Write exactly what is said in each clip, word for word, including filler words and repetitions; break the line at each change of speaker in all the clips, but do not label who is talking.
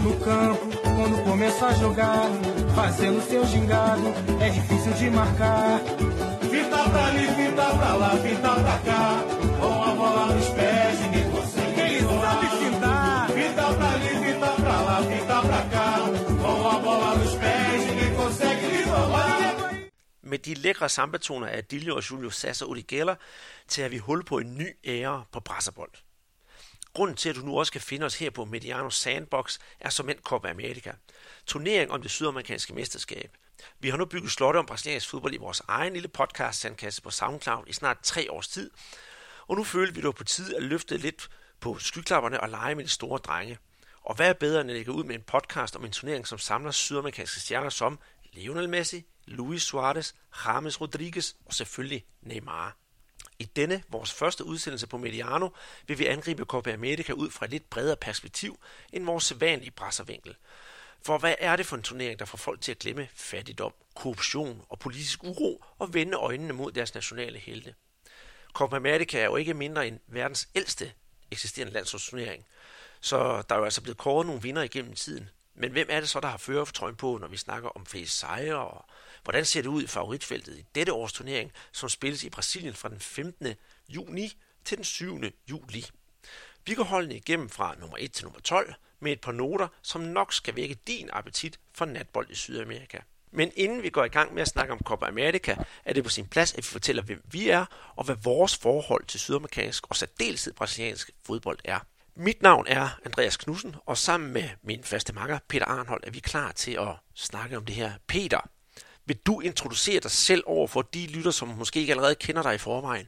No campo, quando começa a jogar, fazendo seu gingado, é difícil de marcar. Fita pra ali, fita pra lá, fita pra cá, com a bola nos pés, ninguém consegue. Ele sabe fintar. Fita pra ali, fita pra lá, fita pra cá, com a bola nos pés, ninguém consegue lhe roubar.
Med de lækre sambatoner af Dillo og Julio César Urigela tager vi hul på en ny ære på brasserbold. Grunden til, at du nu også kan finde os her på Mediano Sandbox, er som en Copa America. Turnering om det sydamerikanske mesterskab. Vi har nu bygget slotte om brasiliansk fodbold i vores egen lille podcast Sandkasse på SoundCloud i snart tre års tid. Og nu føler vi det på tide at løfte lidt på skyklapperne og lege med de store drenge. Og hvad er bedre end at lægge ud med en podcast om en turnering, som samler sydamerikanske stjerner som Lionel Messi, Luis Suarez, James Rodriguez og selvfølgelig Neymar. I denne, vores første udsendelse på Mediano, vil vi angribe Copa America ud fra et lidt bredere perspektiv end vores sædvanlige brasservinkel. For hvad er det for en turnering, der får folk til at glemme fattigdom, korruption og politisk uro og vende øjnene mod deres nationale helte? Copa America er jo ikke mindre end verdens ældste eksisterende landsholdsturnering, så der er jo altså blevet kåret nogle vinder igennem tiden. Men hvem er det så, der har førertrøjen på, når vi snakker om flest sejre, og hvordan ser det ud i favoritfeltet i dette års turnering, som spilles i Brasilien fra den femtende juni til den syvende juli? Vi går holdene igennem fra nummer et til nummer tolv med et par noter, som nok skal vække din appetit for natbold i Sydamerika. Men inden vi går i gang med at snakke om Copa America, er det på sin plads, at vi fortæller, hvem vi er, og hvad vores forhold til sydamerikansk og særdeleshed brasiliansk fodbold er. Mit navn er Andreas Knudsen, og sammen med min faste makker Peter Arnhold er vi klar til at snakke om det her. Peter, vil du introducere dig selv over for de lytter, som måske ikke allerede kender dig i forvejen?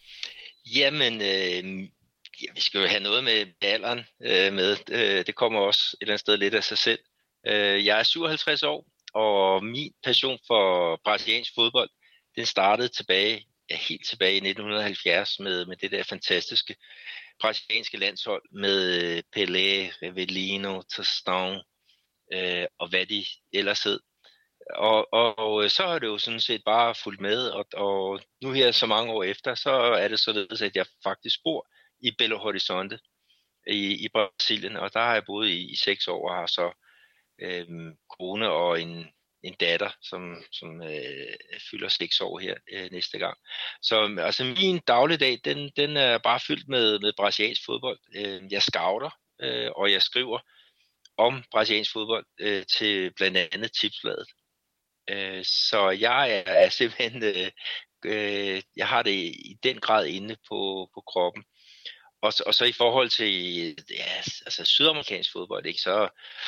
Jamen, øh, ja, vi skal jo have noget med alderen øh, med. Øh, det kommer også et eller andet sted lidt af sig selv. Øh, jeg er syvoghalvtreds år, og min passion for brasiliansk fodbold, den startede tilbage, ja, helt tilbage i nitten halvfjerds med, med det der fantastiske brasilianske landshold med Pelé, Rivelino, Tostão øh, og hvad de ellers hed. Og, og, og så har det jo sådan set bare fulgt med, og, og nu her så mange år efter, så er det således, at jeg faktisk bor i Belo Horizonte i, i Brasilien, og der har jeg boet i, i seks år og har så øh, kone og en, en datter, som, som øh, fylder seks år her øh, næste gang. Så altså min dagligdag, den, den er bare fyldt med, med brasiliansk fodbold. Øh, jeg scouter, øh, og jeg skriver om brasiliansk fodbold øh, til blandt andet Tipsbladet. Øh, så jeg er, er simpelthen, øh, øh, jeg har det i den grad inde på, på kroppen. Og, og så i forhold til ja, altså sydamerikansk fodbold, ikke, så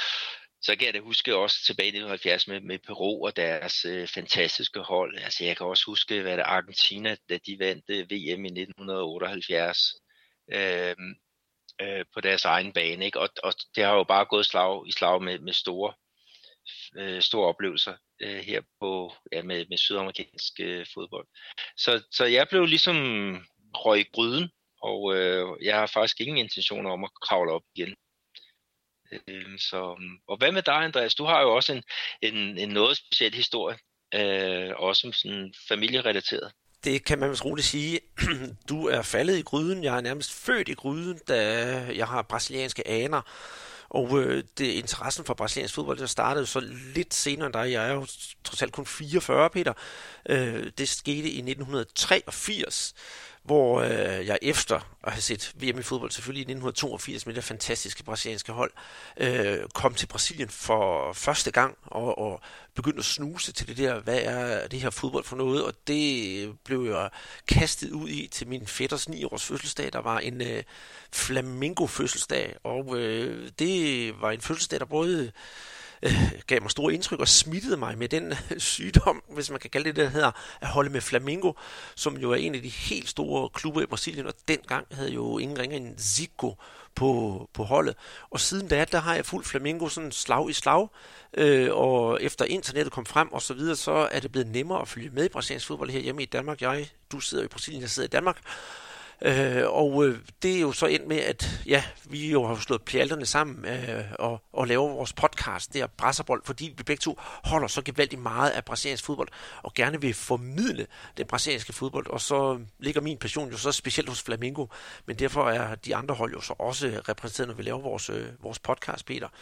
Så kan jeg da huske også tilbage i nitten halvfjerds med, med Peru og deres øh, fantastiske hold. Altså jeg kan også huske, hvad det Argentina, da de vandt øh, V M i nitten otteoghalvfjerds øh, øh, på deres egen bane. Ikke? Og, og det har jo bare gået slag i slag med, med store, øh, store oplevelser øh, her på, ja, med, med sydamerikansk øh, fodbold. Så, så jeg blev ligesom røg i gryden, og øh, jeg har faktisk ingen intentioner om at kravle op igen. Så, og hvad med dig, Andreas? Du har jo også en, en, en noget speciel historie, øh, også sådan familierelateret.
Det kan man vist roligt sige. Du er faldet i gryden. Jeg er nærmest født i gryden, da jeg har brasilianske aner. Og øh, det interessen for brasiliansk fodbold, der startede så lidt senere end dig. Jeg er jo trods alt kun fireogfyrre, Peter. Øh, det skete i nitten treogfirs, hvor øh, jeg efter at have set V M i fodbold selvfølgelig i nitten toogfirs med det fantastiske brasilianske hold, øh, kom til Brasilien for første gang og, og begyndte at snuse til det der, hvad er det her fodbold for noget, og det blev jeg kastet ud i til min fætters ni års fødselsdag. Der var en øh, Flamengo fødselsdag, og øh, det var en fødselsdag, der både gav mig store indtryk og smittede mig med den sygdom, hvis man kan kalde det, der hedder at holde med Flamengo, som jo er en af de helt store klubber i Brasilien, og dengang havde jo ingen ringer end Zico på, på holdet. Og siden da, der har jeg fulgt Flamengo sådan slag i slag, øh, og efter internettet kom frem og så videre, så er det blevet nemmere at følge med i brasiliansk fodbold her hjemme i Danmark. Jeg, du sidder i Brasilien, jeg sidder i Danmark. Øh, og øh, det er jo så endt med, at ja, vi jo har slået pjalterne sammen øh, og, og laver vores podcast der, Brasserbold, fordi vi begge to holder så gevaldigt meget af brasiliansk fodbold og gerne vil formidle den brasilianske fodbold, og så ligger min passion jo så specielt hos Flamengo, men derfor er de andre hold jo så også repræsenteret, når vi laver vores, øh, vores podcast, Peter.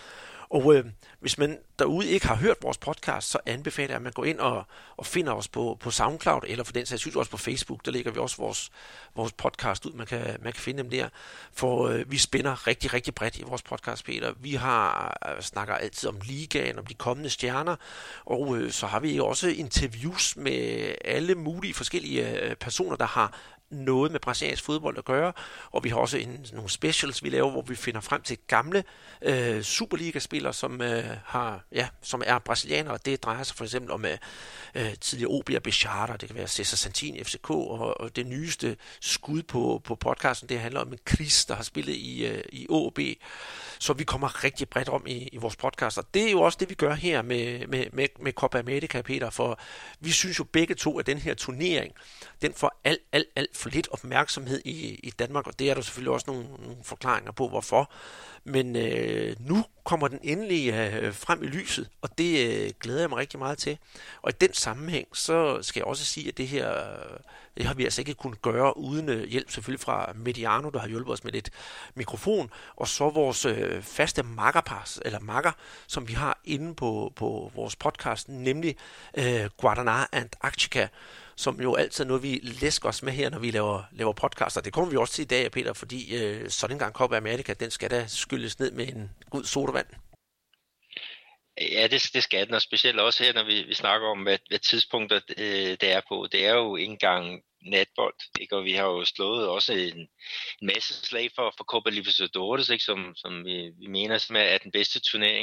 Og øh, hvis man derude ikke har hørt vores podcast, så anbefaler jeg, at man går ind og, og finder os på, på SoundCloud, eller for den sags skyld også på Facebook. Der lægger vi også vores, vores podcast ud. Man kan, man kan finde dem der, for øh, vi spænder rigtig, rigtig bredt i vores podcast, Peter. Vi har øh, snakker altid om ligaen, om de kommende stjerner, og øh, så har vi også interviews med alle mulige forskellige øh, personer, der har noget med brasiliansk fodbold at gøre, og vi har også en, nogle specials, vi laver, hvor vi finder frem til gamle øh, Superliga-spillere, som øh, har, ja, som er brasilianere, og det drejer sig for eksempel om øh, tidligere O B og Bechara, det kan være Cesar Santini, F C K, og, og det nyeste skud på, på podcasten, det handler om en Chris, der har spillet i, øh, i O B, så vi kommer rigtig bredt om i, i vores podcast, og det er jo også det, vi gør her med, med, med, med Copa America, Peter, for vi synes jo begge to, at den her turnering, den får alt, alt, alt for lidt opmærksomhed i, i Danmark, og det er der selvfølgelig også nogle, nogle forklaringer på, hvorfor. Men øh, nu kommer den endelig øh, frem i lyset, og det øh, glæder jeg mig rigtig meget til. Og i den sammenhæng, så skal jeg også sige, at det her, det har vi altså ikke kunnet gøre uden øh, hjælp selvfølgelig fra Mediano, der har hjulpet os med lidt mikrofon, og så vores øh, faste makkerpar, eller makker, som vi har inde på, på vores podcast, nemlig øh, Guaraná Antarctica, som jo altid er noget, vi læsker os med her, når vi laver, laver podcaster. Det kommer vi også til i dag, Peter, fordi øh, sådan en gang Copa America, den skal da skylles ned med en god sodavand.
Ja, det, det skal den, og specielt også her, når vi, vi snakker om, hvad, hvad tidspunkter øh, det er på. Det er jo ikke engang natbold, ikke? Og vi har jo slået også en, en masse slag for, for Copa Libertadores, ikke? Som, som vi, vi mener som er den bedste turnering.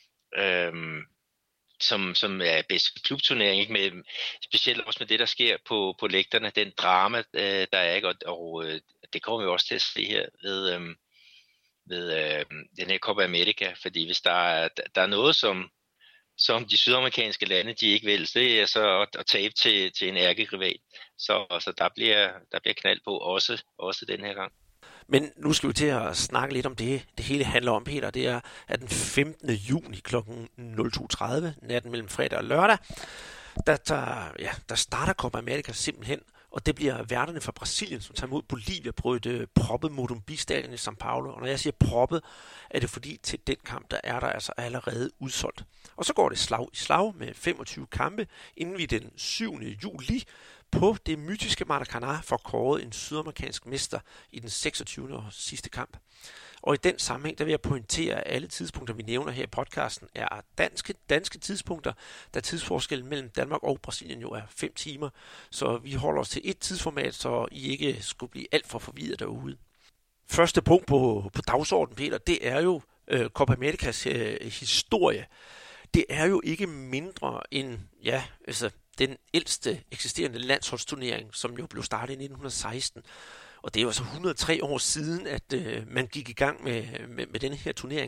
Øhm, Som, som er bedste klubturnering, ikke? Med, specielt også med det, der sker på, på lægterne, den drama, øh, der er, ikke? Og, og øh, det kommer vi også til at se her ved, øh, ved øh, den her Copa America, fordi hvis der er, der er noget, som, som de sydamerikanske lande, de ikke vil, det er så at, at tabe til, til en ærkerival. Så, så der, bliver, der bliver knald på også, også den her gang.
Men nu skal vi til at snakke lidt om det, det hele handler om, Peter. Det er, at den femtende juni kl. to tredive, natten mellem fredag og lørdag, der, der, ja, der starter Copa America simpelthen, og det bliver værterne fra Brasilien, som tager imod Bolivia på et øh, proppet Morumbi-stadion i São Paulo. Og når jeg siger proppet, er det fordi til den kamp, der er der altså allerede udsolgt. Og så går det slag i slag med femogtyve kampe, inden vi den syvende juli på det mytiske Maracanã får kåret en sydamerikansk mester i den seksogtyvende og sidste kamp. Og i den sammenhæng, der vil jeg pointere, at alle tidspunkter, vi nævner her i podcasten, er danske, danske tidspunkter, da tidsforskellen mellem Danmark og Brasilien jo er fem timer. Så vi holder os til et tidsformat, så I ikke skulle blive alt for forvirret derude. Første punkt på, på dagsordenen, Peter, det er jo øh, Copa Americas øh, historie. Det er jo ikke mindre end, ja, altså den ældste eksisterende landsholdsturnering, som jo blev startet i nitten seksten. Og det er jo altså et hundrede og tre år siden, at øh, man gik i gang med, med, med denne her turnering.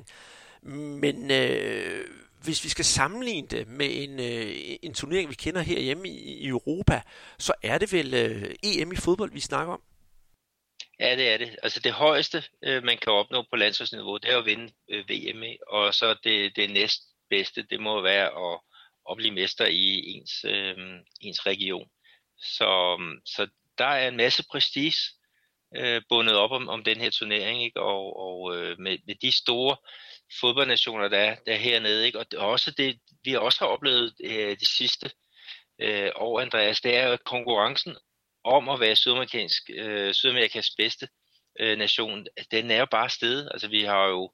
Men øh, hvis vi skal sammenligne det med en, øh, en turnering, vi kender herhjemme i, i Europa, så er det vel øh, E M i fodbold, vi snakker om?
Ja, det er det. Altså det højeste, øh, man kan opnå på landsholdsniveau, det er at vinde øh, V M, og så det, det næstbedste, det må være at, at blive mester i ens, øh, ens region. Så, så der er en masse prestige øh, bundet op om, om den her turnering, ikke? Og, og øh, med, med de store fodboldnationer, der er, der er hernede, ikke? Og også det, vi også har oplevet øh, de sidste øh, år, Andreas, det er jo konkurrencen om at være Sydamerikansk, øh, Sydamerikas bedste øh, nation, den er jo bare steget. Altså vi har jo,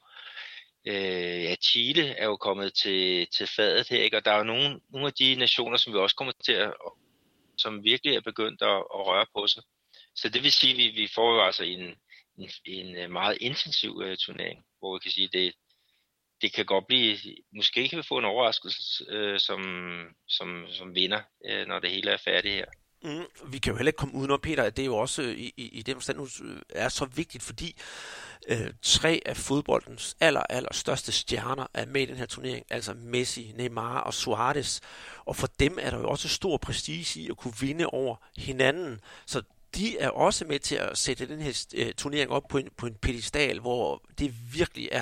øh, ja, Chile er jo kommet til, til fadet her, ikke? Og der er jo nogle, nogle af de nationer, som vi også kommer til at, som virkelig er begyndt at, at røre på sig. Så det vil sige, at vi, vi får jo altså en, en, en meget intensiv uh, turnering, hvor vi kan sige, at det, det kan godt blive, måske kan vi få en overraskelse uh, som, som, som vinder, uh, når det hele er færdigt her.
Mm, vi kan jo heller ikke komme udenom, Peter, at det jo også i, i, i den forstand er så vigtigt, fordi øh, tre af fodboldens aller, aller største stjerner er med i den her turnering, altså Messi, Neymar og Suarez, og for dem er der jo også stor prestige i at kunne vinde over hinanden, så de er også med til at sætte den her øh, turnering op på en, på en pedestal, hvor det virkelig er,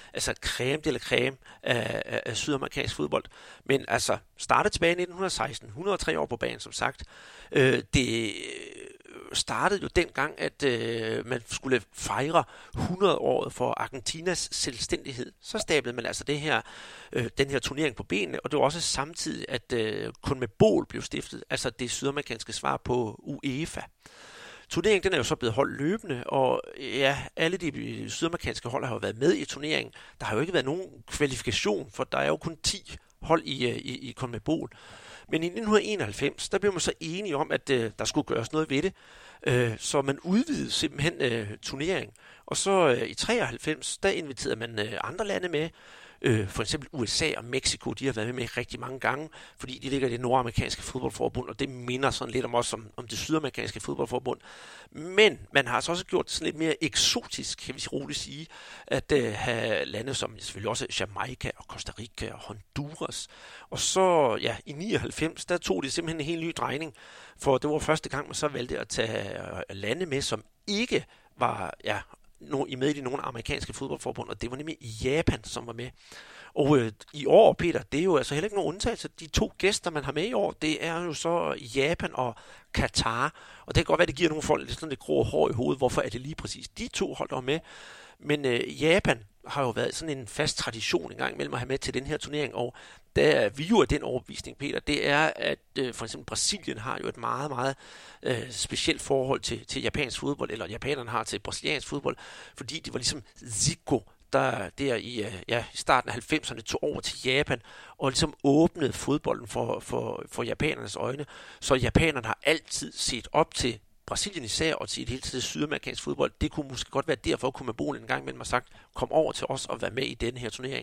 altså creme de la creme af, af, af sydamerikansk fodbold. Men altså, startede tilbage i nitten seksten, et hundrede og tre år på banen, som sagt. Øh, det startede jo dengang, at øh, man skulle fejre hundrede-året for Argentinas selvstændighed. Så stablede man altså det her, øh, den her turnering på benene, og det var også samtidig, at øh, CONMEBOL blev stiftet, altså det sydamerikanske svar på UEFA. Turneringen den er jo så blevet holdt løbende, og ja, alle de sydamerikanske hold har jo været med i turneringen. Der har jo ikke været nogen kvalifikation, for der er jo kun ti hold i, i, i CONMEBOL. Men i nitten enoghalvfems, der blev man så enige om, at øh, der skulle gøres noget ved det, øh, så man udvidede simpelthen øh, turneringen. Og så øh, i treoghalvfems, der inviterede man øh, andre lande med. Øh, for eksempel U S A og Mexico, de har været med rigtig mange gange, fordi de ligger i det nordamerikanske fodboldforbund, og det minder sådan lidt om os om, om det sydamerikanske fodboldforbund. Men man har altså også gjort det sådan lidt mere eksotisk, kan vi roligt sige, at øh, have lande som selvfølgelig også Jamaica og Costa Rica og Honduras. Og så ja, i nioghalvfems, der tog det simpelthen en helt ny drejning, for det var første gang, man så valgte at tage lande med, som ikke var ja, i med i de nogle amerikanske fodboldforbund, og det var nemlig Japan, som var med. Og øh, i år, Peter, det er jo altså heller ikke nogen undtagelse. De to gæster, man har med i år, det er jo så Japan og Katar. Og det kan godt være, det giver nogle folk lidt sådan lidt grå hår i hovedet. Hvorfor er det lige præcis de to hold, der er med? Men øh, Japan har jo været sådan en fast tradition engang mellem at have med til den her turnering, og der vi jo af den overbevisning, Peter, det er, at øh, for eksempel Brasilien har jo et meget, meget øh, specielt forhold til, til japansk fodbold, eller japanerne har til brasiliansk fodbold, fordi det var ligesom Zico, der der i, øh, ja, i starten af halvfemserne tog over til Japan, og ligesom åbnede fodbolden for, for, for japanernes øjne. Så japanerne har altid set op til Brasilien især, og til et helt til sydamerikansk fodbold. Det kunne måske godt være derfor, at CONMEBOL en gang imellem har sagt, kom over til os og være med i denne her turnering.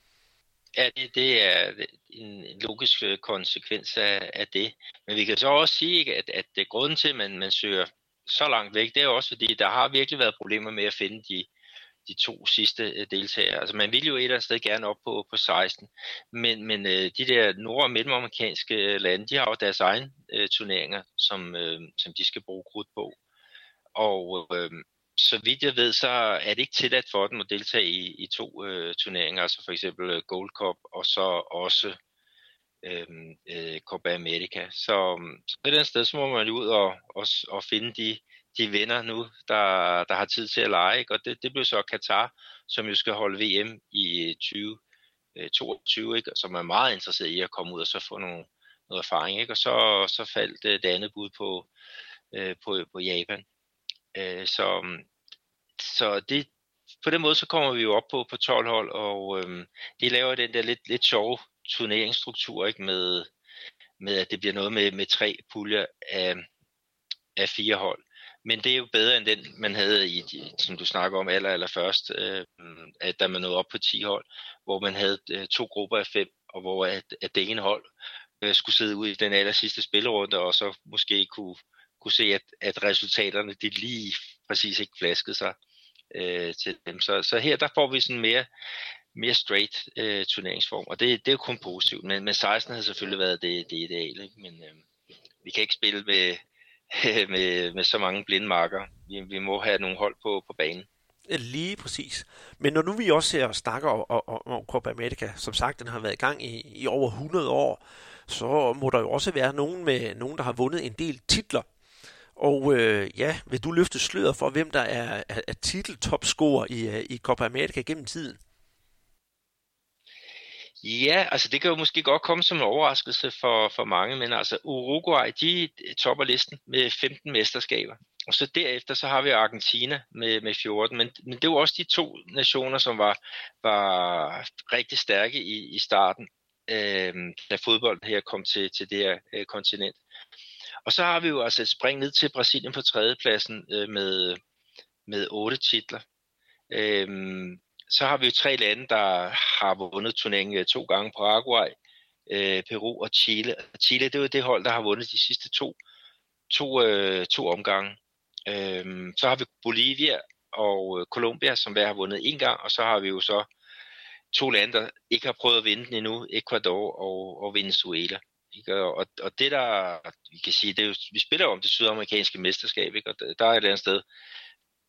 Ja, det, det er en, en logisk konsekvens af, af det. Men vi kan så også sige, at, at det grunden til, at man, man søger så langt væk, det er også fordi, der har virkelig været problemer med at finde de, de to sidste deltagere. Altså man ville jo et eller andet sted gerne op på, på seksten, men, men de der nord- og midtelamerikanske lande, de har jo deres egne uh, turneringer, som, uh, som de skal bruge krudt på. Og uh, så vidt jeg ved, så er det ikke tilladt for dem at deltage i, i to uh, turneringer, altså for eksempel uh, Gold Cup og så også uh, uh, Copa America. Så, så et eller andet sted, så må man jo ud og, og, og finde de de venner nu, der, der har tid til at lege, ikke? Og det, det blev så Katar, som jo skal holde V M i tyve toogtyve, ikke? Og som er meget interesseret i at komme ud og så få nogle, noget erfaring, ikke? Og så, så faldt det andet bud på, øh, på, på Japan. Øh, så så det, på den måde så kommer vi jo op på, på tolv hold, og øh, de laver den der lidt, lidt sjove turneringsstruktur, ikke? Med, med at det bliver noget med, med tre puljer af, af fire hold. Men det er jo bedre end den, man havde, i, som du snakker om aller, aller først, øh, at da man nåede op på ti hold, hvor man havde øh, to grupper af fem, og hvor at, at det ene hold øh, skulle sidde ud i den aller sidste spillerunde, og så måske kunne, kunne se, at, at resultaterne de lige præcis ikke flaskede sig øh, til dem. Så, så her der får vi sådan mere, mere straight øh, turneringsform, og det, det er jo kun positivt. Men, men seksten havde selvfølgelig været det, det ideale, ikke? Men øh, vi kan ikke spille med... med, med så mange blinde marker. Vi, vi må have nogle hold på, på banen.
Lige præcis. Men når nu vi også her snakker om, om, om Copa America, som sagt, den har været i gang i, i over hundrede år, så må der jo også være nogen, med, nogen der har vundet en del titler. Og øh, ja, vil du løfte sløret for, hvem der er, er, er titeltopscorer i, i Copa America gennem tiden?
Ja, altså det kan jo måske godt komme som en overraskelse for, for mange, men altså Uruguay, de topper listen med femten mesterskaber. Og så derefter så har vi Argentina med, med fjorten, men, men det var også de to nationer, som var, var rigtig stærke i, i starten, øh, da fodbold her kom til, til det her øh, kontinent. Og så har vi jo altså et spring ned til Brasilien på tredjepladsen øh, med, med otte titler. Øh, Så har vi jo tre lande, der har vundet turneringen to gange, Paraguay, øh, Peru og Chile. Chile, det er jo det hold, der har vundet de sidste to, to, øh, to omgange. Øh, så har vi Bolivia og Colombia, som hver har vundet en gang, og så har vi jo så to lande, der ikke har prøvet at vinde den endnu, Ecuador og, og Venezuela. Ikke? Og, og det der, vi kan sige, det er jo, vi spiller jo om det sydamerikanske mesterskab, ikke? Og der er et eller andet sted,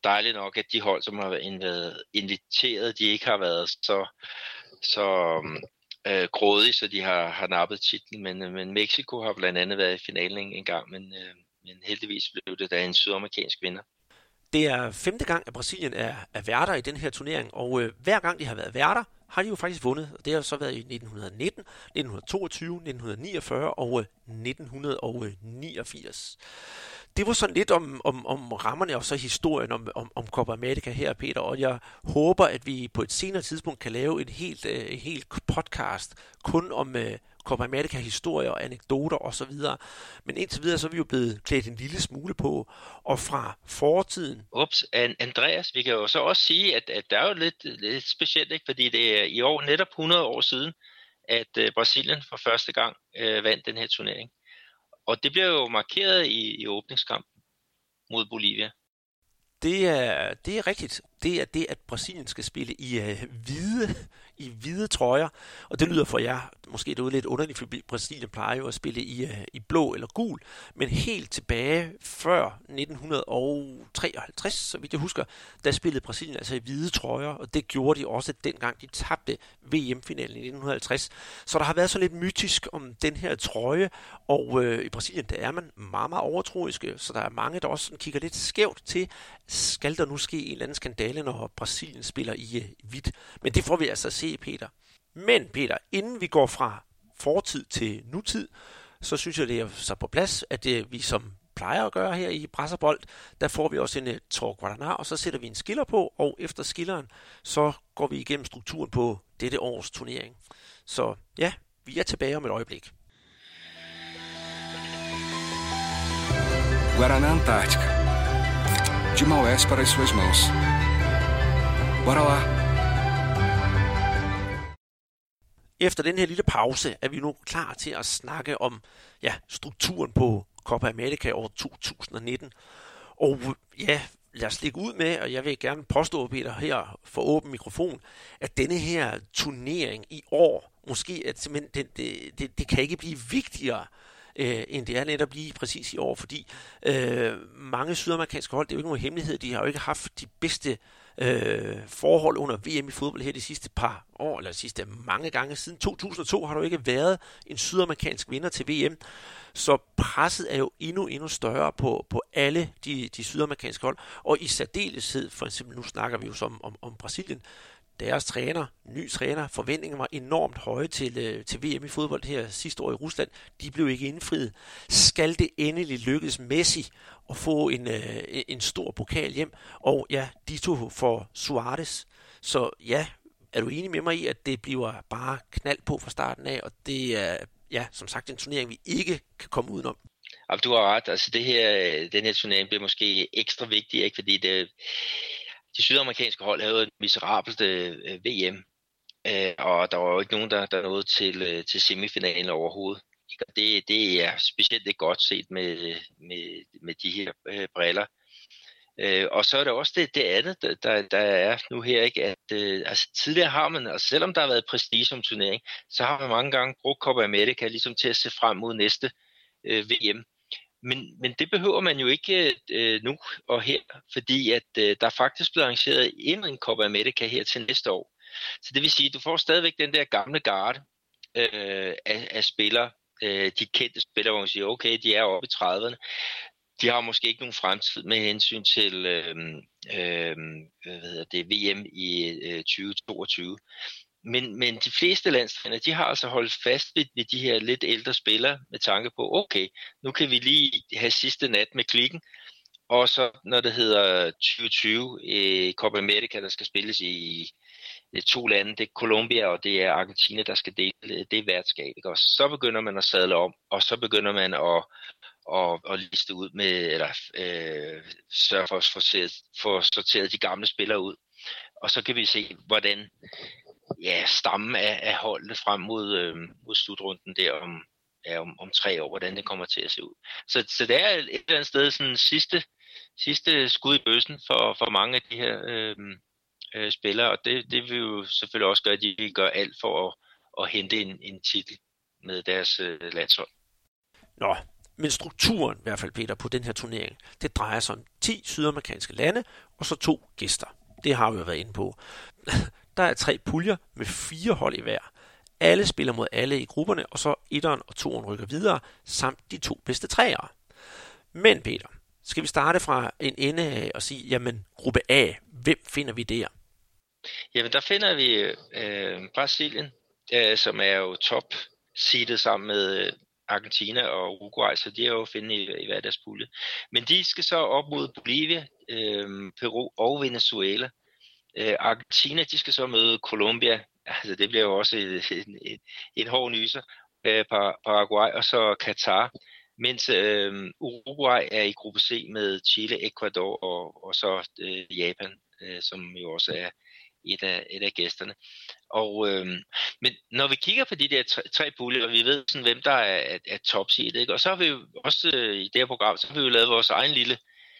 dejligt nok, at de hold, som har været inviteret, de ikke har været så, så øh, grådige, så de har, har nappet titlen. Men, men Mexico har blandt andet været i finalen en, en gang, men, øh, men heldigvis blev det da en sydamerikansk vinder.
Det er femte gang, at Brasilien er, er værter i den her turnering, og øh, hver gang de har været værter, har de jo faktisk vundet. Det har så været i nitten nitten, nitten toogtyve, nitten niogfyrre og øh, nitten niogfirs. Det var sådan lidt om, om, om rammerne og så historien om, om, om Copa America her, Peter, og jeg håber, at vi på et senere tidspunkt kan lave et helt, øh, et helt podcast kun om øh, Copa America historier og anekdoter osv. Men indtil videre så er vi jo blevet klædt en lille smule på, og fra fortiden.
Ups, Andreas, vi kan jo så også sige, at, at der er jo lidt, lidt specielt, ikke? Fordi det er i år netop hundrede år siden, at øh, Brasilien for første gang øh, vandt den her turnering. Og det bliver jo markeret i, i åbningskampen mod Bolivia.
Det er, det er rigtigt. Det er det, at Brasilien skal spille i øh, hvide, i hvide trøjer. Og det lyder for jer måske derude lidt underligt, for Brasilien plejer jo at spille i, øh, i blå eller gul. Men helt tilbage før nitten treoghalvtreds, så vidt jeg husker, der spillede Brasilien altså i hvide trøjer. Og det gjorde de også dengang, de tabte V M-finalen i nitten halvtreds. Så der har været så lidt mytisk om den her trøje. Og øh, i Brasilien, der er man meget, meget overtroiske. Så der er mange, der også kigger lidt skævt til, skal der nu ske en eller anden skandale, når Brasilien spiller i øh, hvidt. Men det får vi altså se, Peter. Men Peter, inden vi går fra fortid til nutid, så synes jeg, det er så på plads, at det, vi som plejer at gøre her i Brasserbold, der får vi også en uh, Talk Guaraná, og så sætter vi en skiller på, og efter skilleren, så går vi igennem strukturen på dette års turnering. Så ja, vi er tilbage om et øjeblik.
Guaraná Antártica. De Maués para as suas mãos. Bora lá.
Efter den her lille pause er vi nu klar til at snakke om ja, strukturen på Copa America år to tusind nitten. Og ja, lad os lægge ud med, og jeg vil gerne påstå, Peter, her for åben mikrofon, at denne her turnering i år, måske at simpelthen, det, det, det, det kan ikke blive vigtigere, øh, end det er netop lige præcis i år, fordi øh, mange sydamerikanske hold, det er jo ikke nogen hemmelighed, de har jo ikke haft de bedste øh, forhold under V M i fodbold her de sidste par år, eller de sidste mange gange. Siden to tusind og to har der jo ikke været en sydamerikansk vinder til V M, så presset er jo endnu, endnu større på, på alle de, de sydamerikanske hold, og i særdeleshed, for eksempel nu snakker vi jo som om, om Brasilien, deres træner, ny træner, forventninger var enormt høje til, øh, til V M i fodbold her sidste år i Rusland. De blev ikke indfriet. Skal det endelig lykkes Messi at få en, øh, en stor pokal hjem? Og ja, dito for Suarez. Så ja, er du enig med mig i, at det bliver bare knald på fra starten af, og det er ja, som sagt en turnering, vi ikke kan komme udenom?
Ja, du har ret. Altså det her, den her turnering bliver måske ekstra vigtig, ikke? Fordi det de sydamerikanske hold havde et miserabelt øh, V M, øh, og der var jo ikke nogen, der, der nåede til, øh, til semifinalen overhovedet. Det, det er specielt ikke godt set med, med, med de her øh, briller. Øh, og så er det også det, det andet, der, der er nu her, ikke? At øh, altså, tidligere har man, altså, selvom der har været prestige som turnering, så har man mange gange brugt Copa America ligesom til at se frem mod næste øh, V M. Men, men det behøver man jo ikke øh, nu og her, fordi at øh, der er faktisk blevet arrangeret endnu en Copa America her til næste år. Så det vil sige, at du får stadigvæk den der gamle garde øh, af, af spillere, øh, de kendte spillere, hvor man siger, okay, de er oppe i trediverne. De har måske ikke nogen fremtid med hensyn til øh, øh, hvad hedder det, V M i øh, tyve toogtyve. Men, men de fleste landstrænere, de har altså holdt fast ved, ved de her lidt ældre spillere med tanke på, okay, nu kan vi lige have sidste nat med klikken, og så når det hedder tyve tyve eh, Copa America, der skal spilles i eh, to lande, det er Colombia og det er Argentina, der skal dele det værtskab, ikke? Og så begynder man at sadle om, og så begynder man at og, og liste ud med, eller øh, sørge for at få sorteret, få sorteret de gamle spillere ud. Og så kan vi se, hvordan ja, stammen af, af holdet frem mod, øh, mod slutrunden der om, ja, om, om tre år, hvordan det kommer til at se ud. Så, så det er et eller andet sted sådan sidste, sidste skud i bøssen for, for mange af de her øh, øh, spillere, og det, det vil jo selvfølgelig også gøre, at de gør alt for at, at hente en, en titel med deres øh, landshold.
Nå, Men strukturen, i hvert fald Peter, på den her turnering, det drejer sig om ti sydamerikanske lande, og så to gæster. Det har vi jo været inde på. Der er tre puljer med fire hold i hver. Alle spiller mod alle i grupperne, og så etteren og toeren rykker videre, samt de to bedste treere. Men Peter, skal vi starte fra en ende af og sige, jamen gruppe A, hvem finder vi der?
Jamen der finder vi øh, Brasilien, øh, som er jo top seedet sammen med øh, Argentina og Uruguay, så de er jo finde i, i hver deres pulje. Men de skal så op mod Bolivia, øh, Peru og Venezuela. Øh, Argentina, de skal så møde Colombia, altså det bliver jo også et, et, et, et hård nyser, øh, Paraguay og så Katar. Mens øh, Uruguay er i gruppe C med Chile, Ecuador og, og så øh, Japan, øh, som jo også er et af, et af gæsterne. Og, øh, men når vi kigger på de der tre, tre puljer, og vi ved sådan, hvem der er, er, er top-seedet, ikke? Og så har vi jo også øh, i det her program, så har vi jo lavet vores egen lille,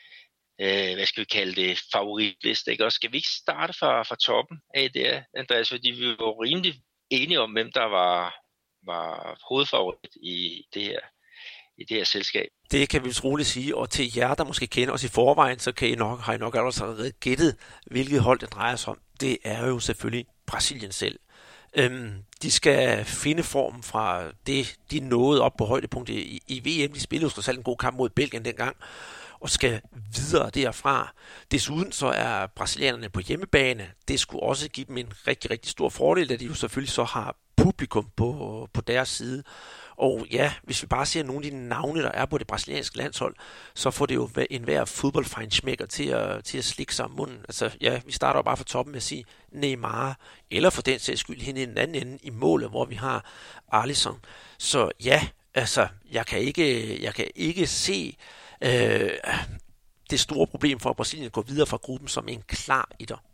øh, hvad skal vi kalde det, favoritliste, ikke? Og skal vi ikke starte fra, fra toppen af det, Andreas, fordi vi var rimelig enige om, hvem der var, var hovedfavorit i det her i det her selskab.
Det kan vi troligt sige, og til jer, der måske kender os i forvejen, så kan I nok, har I nok allerede gættet, hvilket hold det drejer sig om. Det er jo selvfølgelig Brasilien selv. Øhm, de skal finde formen fra det, de nåede op på højdepunktet i, i V M. De spillede jo trods alt en god kamp mod Belgien dengang, og skal videre derfra. Desuden så er brasilianerne på hjemmebane. Det skulle også give dem en rigtig, rigtig stor fordel, da de jo selvfølgelig så har publikum på, på deres side. Og ja, hvis vi bare ser nogle af de navne, der er på det brasilianske landshold, så får det jo enhver fodboldfejnsmækker til at, til at slikke sig om munden. Altså ja, vi starter jo bare fra toppen med at sige Neymar, eller for den sags skyld hende i den anden ende i målet, hvor vi har Alisson. Så ja, altså jeg kan ikke, jeg kan ikke se øh, det store problem for, at Brasilien går videre fra gruppen som en klar etter.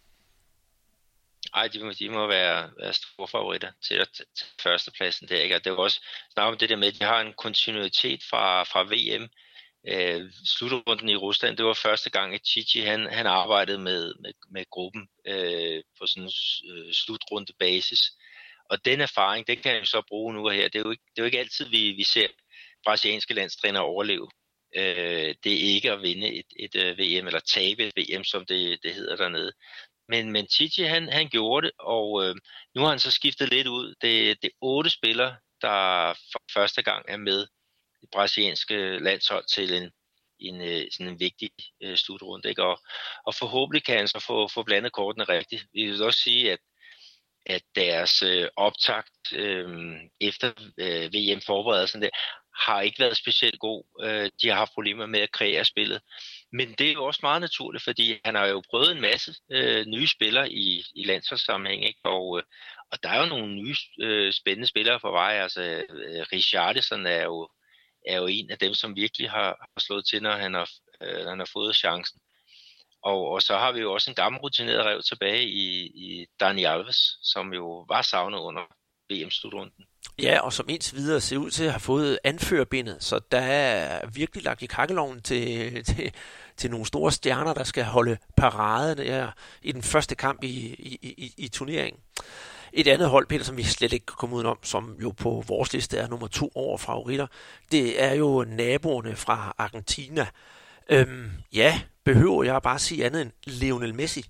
Ej, de må, de må være, være store favoritter til, at, til førstepladsen der, ikke? Og det var også snart om det der med, at de har en kontinuitet fra, fra V M. Øh, slutrunden i Rusland, det var første gang, at Chichi han, han arbejdede med, med, med gruppen øh, på sådan en øh, slutrunde basis. Og den erfaring, den kan jeg så bruge nu og her. Det er jo ikke, det er jo ikke altid, vi, vi ser brasilianske landstrænere overleve. Øh, det er ikke at vinde et, et, et V M, eller tabe et V M, som det, det hedder dernede. Men, men Tite, han, han gjorde det, og øh, nu har han så skiftet lidt ud. Det, det er otte spillere, der for første gang er med det brasilianske landshold til en, en, sådan en vigtig øh, slutrunde. Ikke? Og, og forhåbentlig kan han så få, få blandet kortene rigtigt. Vi vil også sige, at, at deres øh, optakt øh, efter øh, V M-forberedelsen der, har ikke været specielt god. Øh, de har haft problemer med at kreere spillet. Men det er jo også meget naturligt, fordi han har jo prøvet en masse øh, nye spillere i, i landsholdssammenhæng, ikke? Og, øh, og der er jo nogle nye øh, spændende spillere på vej. Altså, øh, Richarlison er jo, er jo en af dem, som virkelig har, har slået til, når han har, øh, han har fået chancen. Og, og så har vi jo også en gammel rutineret rev tilbage i, i Dani Alves, som jo var savnet under V M-slutrunden.
Ja, og som indtil videre ser ud til at have fået anførerbindet, så der er virkelig lagt i kakkeloven til, til, til nogle store stjerner, der skal holde parade der i den første kamp i, i, i, i turneringen. Et andet hold, Peter, som vi slet ikke kan komme udenom, som jo på vores liste er nummer to over favoritter, det er jo naboerne fra Argentina. Øhm, ja, behøver jeg bare sige andet end Lionel Messi?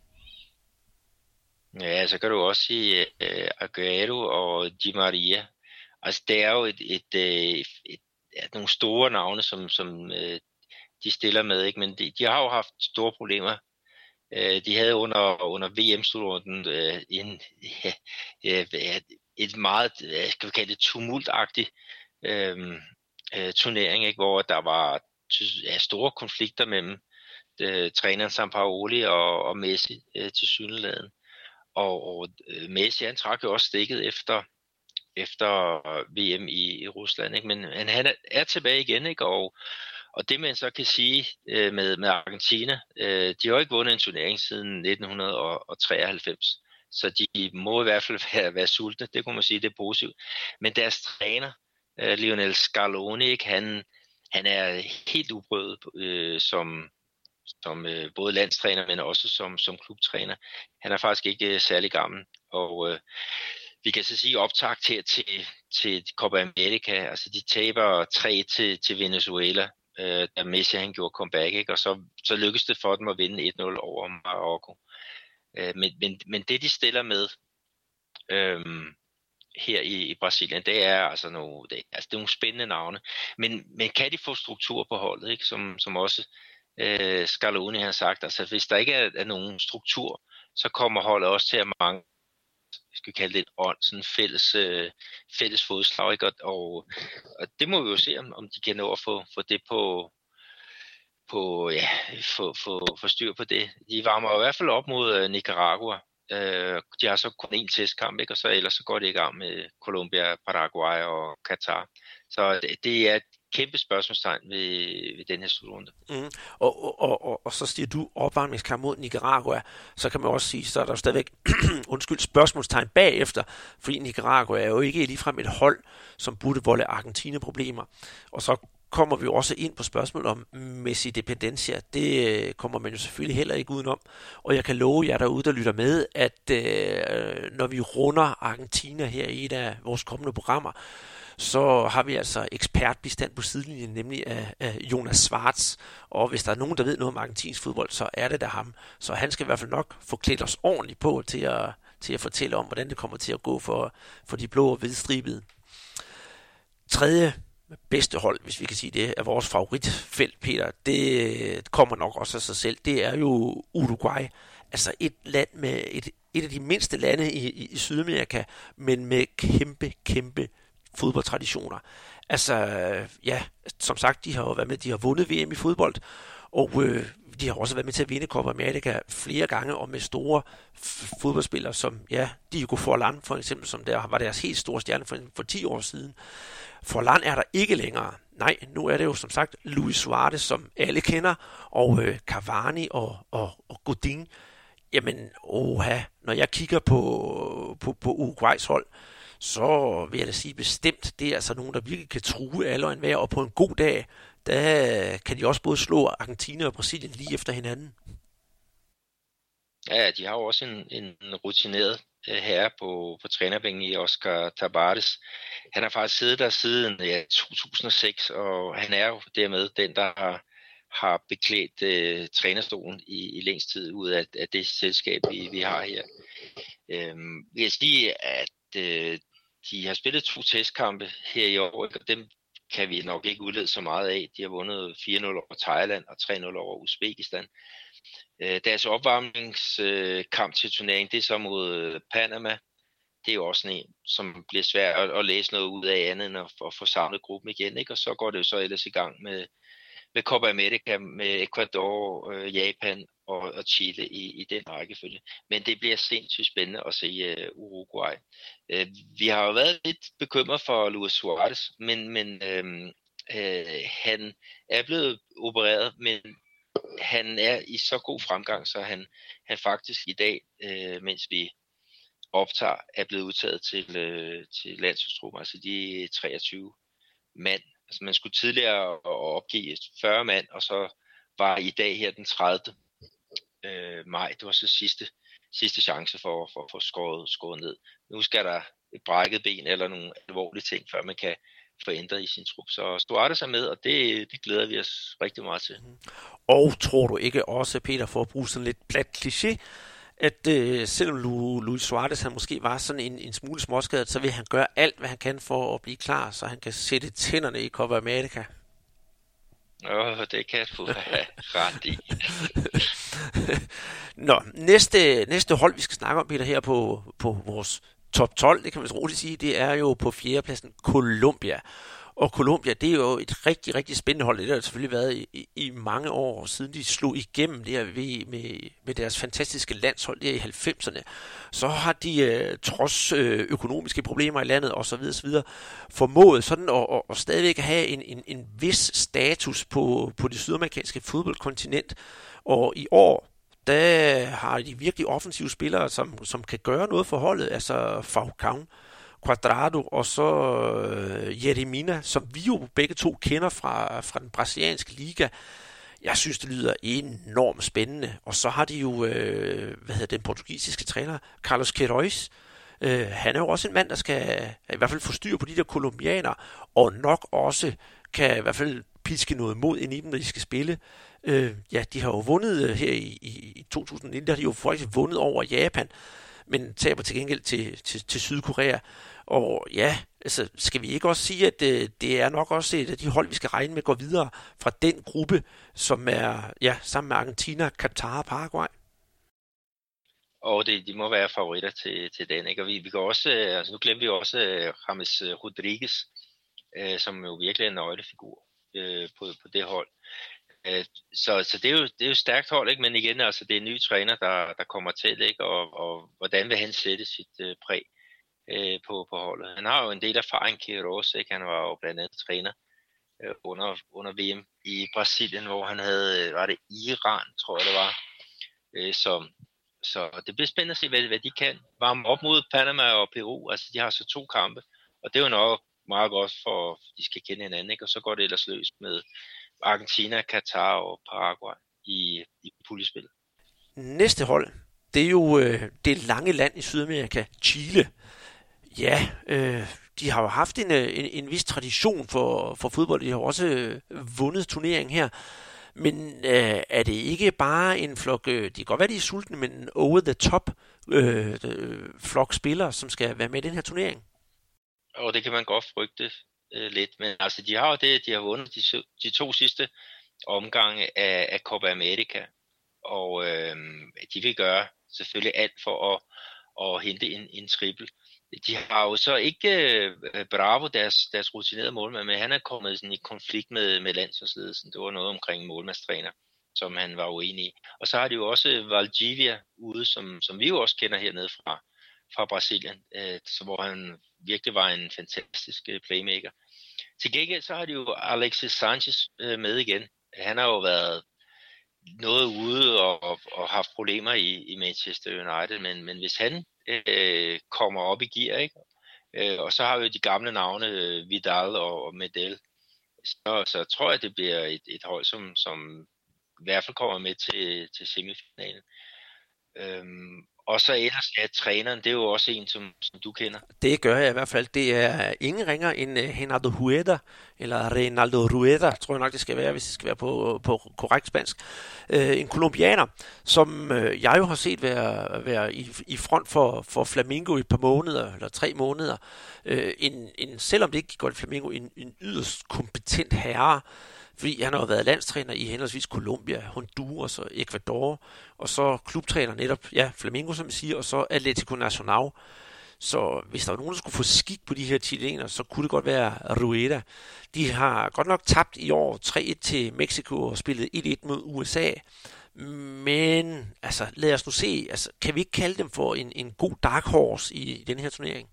Ja, så kan du også sige uh, Agüero og Di Maria. Altså, det er jo et, et, et, et, et, nogle store navne, som, som uh, de stiller med, ikke? Men de, de har jo haft store problemer. Uh, de havde under, under V M-slutrunden uh, en, uh, et meget, skal vi kalde det, tumultagtigt uh, uh, turnering, ikke? Hvor der var ja, store konflikter mellem uh, træneren Sampaoli og, og Messi uh, til synligheden. Og, og Messi, han trak jo også stikket efter, efter V M i, i Rusland, ikke? Men han er, er tilbage igen, ikke? Og, og det man så kan sige øh, med, med Argentina, øh, de har jo ikke vundet en turnering siden nitten treoghalvfems, så de må i hvert fald være, være sultne, det kunne man sige, det er positivt. Men deres træner, øh, Lionel Scaloni, ikke? Han, han er helt uprøvet øh, som som øh, både landstræner, men også som, som klubtræner. Han er faktisk ikke øh, særlig gammel, og øh, vi kan så sige optakt her til, til Copa America. Altså de taber tre til, til Venezuela, øh, da Messi han gjorde comeback, ikke? Og så, så lykkedes det for dem at vinde et nul over Marokko. Øh, men, men, men det de stiller med øh, her i, i Brasilien, det er altså nogle, det, altså det er nogle spændende navne. Men, men kan de få struktur på holdet, ikke? Som, som også øh, Scaloni har sagt. Altså hvis der ikke er, er nogen struktur, så kommer holdet også til at mangle, skal vi kalde det et ånd, sådan en fælles, øh, fælles fodslag, ikke? Og, og, og det må vi jo se, om, om de kan nå at få, få det på, på ja, få, få, få styr på det. De varmer i hvert fald op mod øh, Nicaragua. Øh, de har så kun én testkamp, ikke? Og så ellers så går det i gang med Colombia, Paraguay og Katar. Så det, det er et kæmpe spørgsmålstegn ved, ved den her slutrunde.
Mm. Og, og, og, og, og så stiger du opvarmningskamp mod Nicaragua, så kan man også sige, så er der jo stadigvæk undskyld, spørgsmålstegn bagefter, fordi Nicaragua er jo ikke ligefrem et hold, som burde volde Argentina problemer. Og så kommer vi også ind på spørgsmålet om Messi-dependencia. Det kommer man jo selvfølgelig heller ikke udenom. Og jeg kan love jer derude, der lytter med, at øh, når vi runder Argentina her i et af vores kommende programmer, så har vi altså ekspertbistand på sidelinjen, nemlig af, af Jonas Schwartz. Og hvis der er nogen, der ved noget om argentinsk fodbold, så er det da ham. Så han skal i hvert fald nok få klædt os ordentligt på til at, til at fortælle om, hvordan det kommer til at gå for, for de blå og hvidstribede. Tredje bedste hold, hvis vi kan sige det, er vores favoritfelt, Peter. Det kommer nok også af sig selv. Det er jo Uruguay. Altså et land med et, et af de mindste lande i, i, i Sydamerika, men med kæmpe, kæmpe fodboldtraditioner. Altså, ja, som sagt, de har jo været med, de har vundet V M i fodbold, og øh, de har også været med til at vinde Copa America flere gange, og med store f- fodboldspillere, som, ja, Diego Forlán, for eksempel, som der var deres helt store stjerne for, for ti år siden. Forlán er der ikke længere. Nej, nu er det jo som sagt Luis Suarez, som alle kender, og øh, Cavani og, og, og Godin. Jamen, oha, når jeg kigger på, på, på Uruguays hold, så vil jeg da sige bestemt, det er altså nogen, der virkelig kan true alle og enhver, og på en god dag, der kan de også både slå Argentina og Brasilien lige efter hinanden.
Ja, de har jo også en, en rutineret uh, herre på, på trænerbænken i Oscar Tabarez. Han har faktisk siddet der siden ja, to tusind og seks, og han er jo dermed den, der har, har beklædt uh, trænerstolen i, i længst tid ud af, af det selskab, vi, vi har her. Um, vil jeg sige, at uh, de har spillet to testkampe her i år, og dem kan vi nok ikke udlede så meget af. De har vundet fire nul over Thailand og tre nul over Uzbekistan. Deres opvarmningskamp til turneringen, det er så mod Panama. Det er jo også en, som bliver svært at, at læse noget ud af andet end at, at få samlet gruppen igen, ikke? Og så går det jo så ellers i gang med, med Copa America, med Ecuador, Japan og, og Chile i, i den rækkefølge. Men det bliver sindssygt spændende at se uh, Uruguay. Uh, vi har jo været lidt bekymret for Luis Suarez, men, men uh, uh, han er blevet opereret, men han er i så god fremgang, så han, han faktisk i dag, uh, mens vi optager, er blevet udtaget til, uh, til landsholdstruppen, altså de treogtyve mand. Altså man skulle tidligere opgive fyrre mand, og så var i dag her den tredivte Øh, maj, det var så sidste, sidste chance for, for at få skåret, skåret ned. Nu skal der et brækket ben eller nogle alvorlige ting, før man kan få ændret i sin trup. Så Suarez er med, og det, det glæder vi os rigtig meget til.
Og tror du ikke også, Peter, for at bruge sådan lidt plat kliché, at øh, selvom Lu, Luis Suarez han måske var sådan en, en smule småskadet, så vil han gøre alt, hvad han kan for at blive klar, så han kan sætte tænderne i Copa America?
Åh, oh, det kan du have ret i.
Nå, næste, næste hold, vi skal snakke om, Peter, her på, på vores top tolv, det kan man så roligt sige, det er jo på fjerdepladsen Colombia. Og Colombia, det er jo et rigtig, rigtig spændende hold. Det har selvfølgelig været i, i, i mange år, siden de slog igennem det her ved, med, med deres fantastiske landshold der i halvfemserne. Så har de, øh, trods øh, økonomiske problemer i landet osv., osv., formået sådan at, at, at stadigvæk have en, en, en vis status på, på det sydamerikanske fodboldkontinent. Og i år, der har de virkelig offensive spillere, som, som kan gøre noget for holdet. Altså Falcao, Cuadrado og så øh, Jeremina, som vi jo begge to kender fra, fra den brasilianske liga. Jeg synes, det lyder enormt spændende. Og så har de jo, øh, hvad hedder den portugisiske træner, Carlos Queiroz, Øh, han er jo også en mand, der skal i hvert fald få styr på de der kolumbianere, og nok også kan i hvert fald piske noget mod ind i dem, når de skal spille. Øh, ja, de har jo vundet øh, her i, i, i to tusind nitten, der har de jo faktisk vundet over Japan, men taber til gengæld til, til, til Sydkorea. Og ja, altså, skal vi ikke også sige, at øh, det er nok også et af de hold, vi skal regne med går videre fra den gruppe, som er ja, sammen med Argentina, Katar og Paraguay?
Og det, de må være favoritter til, til den, ikke? Og vi, vi kan også, altså nu glemmer vi også uh, James Rodriguez, uh, som jo virkelig er en nøglefigur uh, på, på det hold. Uh, så så det, er jo, det er jo stærkt hold, ikke? Men igen, altså, det er en ny træner, der, der kommer til, ikke? Og, og hvordan vil han sætte sit uh, præg uh, på, på holdet? Han har jo en del erfaring, Queiroz, ikke? Han var jo blandt andet træner uh, under, under V M i Brasilien, hvor han havde, var det Iran, tror jeg det var, uh, som Så det bliver spændende at se, hvad, hvad de kan. Varme op mod Panama og Peru. Altså, de har så to kampe. Og det er jo nok meget godt, for de skal kende hinanden, ikke? Og så går det ellers løs med Argentina, Katar og Paraguay i, i puljespillet.
Næste hold, det er jo øh, det lange land i Sydamerika, Chile. Ja, øh, de har jo haft en, en, en vis tradition for, for fodbold. De har også øh, vundet turneringen her. Men øh, er det ikke bare en flok, øh, det kan godt være, de er sultne, men en over-the-top øh, øh, flok spillere, som skal være med i den her turnering?
Og det kan man godt frygte øh, lidt, men altså de har jo det, de har vundet de, de to sidste omgange af, af Copa America, og øh, de vil gøre selvfølgelig alt for at, at hente en, en triple. De har jo så ikke øh, Bravo, deres, deres rutinerede målmand, men han er kommet sådan i konflikt med, med landsholdsledelsen. Det var noget omkring målmandstræner, som han var uenig i. Og så har de jo også Valdivia ude, som, som vi jo også kender hernede fra, fra Brasilien, øh, så hvor han virkelig var en fantastisk øh, playmaker. Til gengæld så har de jo Alexis Sanchez øh, med igen. Han har jo været noget ude og, og, og haft problemer i, i Manchester United, men, men hvis han øh, kommer op i gear, ikke? Øh, og så har vi jo de gamle navne, øh, Vidal og, og Medel, så, så tror jeg, det bliver et, et hold, som, som i hvert fald kommer med til, til semifinalen. Øhm, og så ellers, ja, træneren, det er jo også en, som, som du kender.
Det gør jeg i hvert fald. Det er ingen ringer end uh, Reynaldo Rueda, eller Reynaldo Rueda, tror jeg nok, det skal være, hvis det skal være på, på korrekt spansk. Uh, en kolumbianer, som uh, jeg jo har set være, være i, i front for, for Flamengo i et par måneder, eller tre måneder. Uh, en, en, selvom det ikke gik godt i Flamengo, en, en yderst kompetent herre, fordi han har været landstræner i henholdsvis Colombia, Honduras og Ecuador, og så klubtræner netop, ja, Flamengo, som jeg siger, og så Atlético Nacional. Så hvis der var nogen, der skulle få skik på de her chilener, så kunne det godt være Rueda. De har godt nok tabt i år tre et til Mexico og spillet et et mod U S A. Men altså, lad os nu se, altså, kan vi ikke kalde dem for en, en god dark horse i, i den her turnering?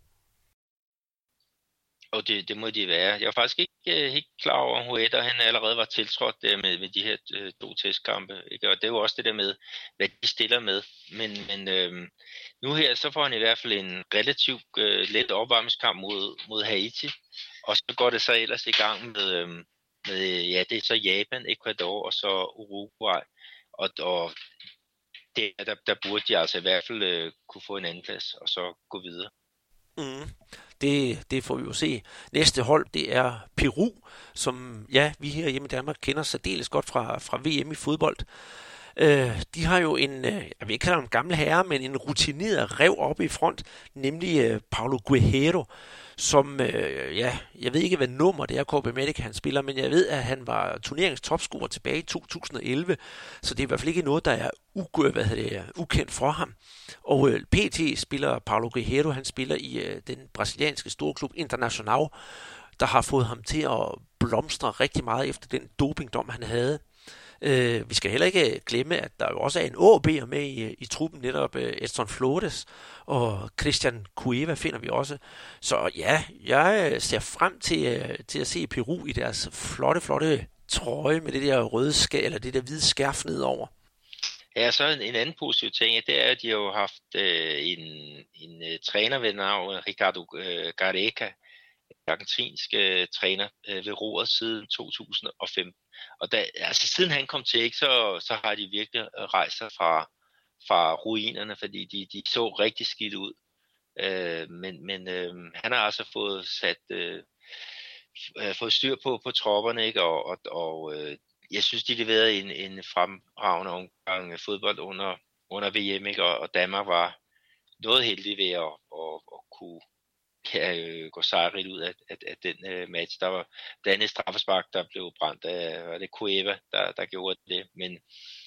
Og det, det må de være. Jeg var faktisk ikke uh, helt klar over, at Hueda han allerede var tiltrådt der med, med de her uh, to testkampe. Ikke? Og det er jo også det der med, hvad de stiller med. Men, men øh, nu her, så får han i hvert fald en relativt uh, let opvarmningskamp mod, mod Haiti. Og så går det så ellers i gang med, øh, med ja, det er så Japan, Ecuador og så Uruguay. Og, og det, der, der burde de altså i hvert fald uh, kunne få en anden plads og så gå videre.
Mm. Det, det får vi jo se. Næste hold, det er Peru, som ja, vi her hjemme i Danmark kender særdeles godt fra, fra V M i fodbold. Øh, de har jo en, jeg vil ikke kalde ham en gammel herre, men en rutineret rev oppe i front, nemlig øh, Paulo Guerrero, som, øh, ja, jeg ved ikke, hvad nummer det er, Copa America han spiller, men jeg ved, at han var turneringstopscorer tilbage i to tusind og elleve, så det er i hvert fald ikke noget, der er u- hvad hedder det, ukendt for ham. Og øh, P T spiller Paulo Guerrero, han spiller i øh, den brasilianske storklub Internacional, der har fået ham til at blomstre rigtig meget efter den dopingdom, han havde. Øh, vi skal heller ikke glemme, at der jo også er en A B'er med i, i truppen, netop øh, Edson Flores og Christian Cueva finder vi også. Så ja, jeg ser frem til, øh, til at se Peru i deres flotte, flotte trøje med det der røde skær, eller det der hvide skærf nedover.
Ja, så en, en anden positiv ting, det er, at de har jo haft øh, en, en uh, træner ved navn Ricardo øh, Gareca, argentinsk øh, træner øh, ved roret siden to tusind og fem. Og da, altså, siden han kom til, ikke, så, så har de virkelig rejst sig fra, fra ruinerne, fordi de, de så rigtig skidt ud. Øh, men men øh, han har altså fået sat øh, fået styr på på tropperne, ikke? Og, og, og øh, jeg synes, de leverede en, en fremragende omgang fodbold under, under V M, ikke? Og, og Danmark var noget heldig ved at, at, at kunne kan gå sejrigt ud af, af, af den uh, match. Der var blandt andet straffespark, der blev brændt af, var det Cueva, der, der gjorde det. Men,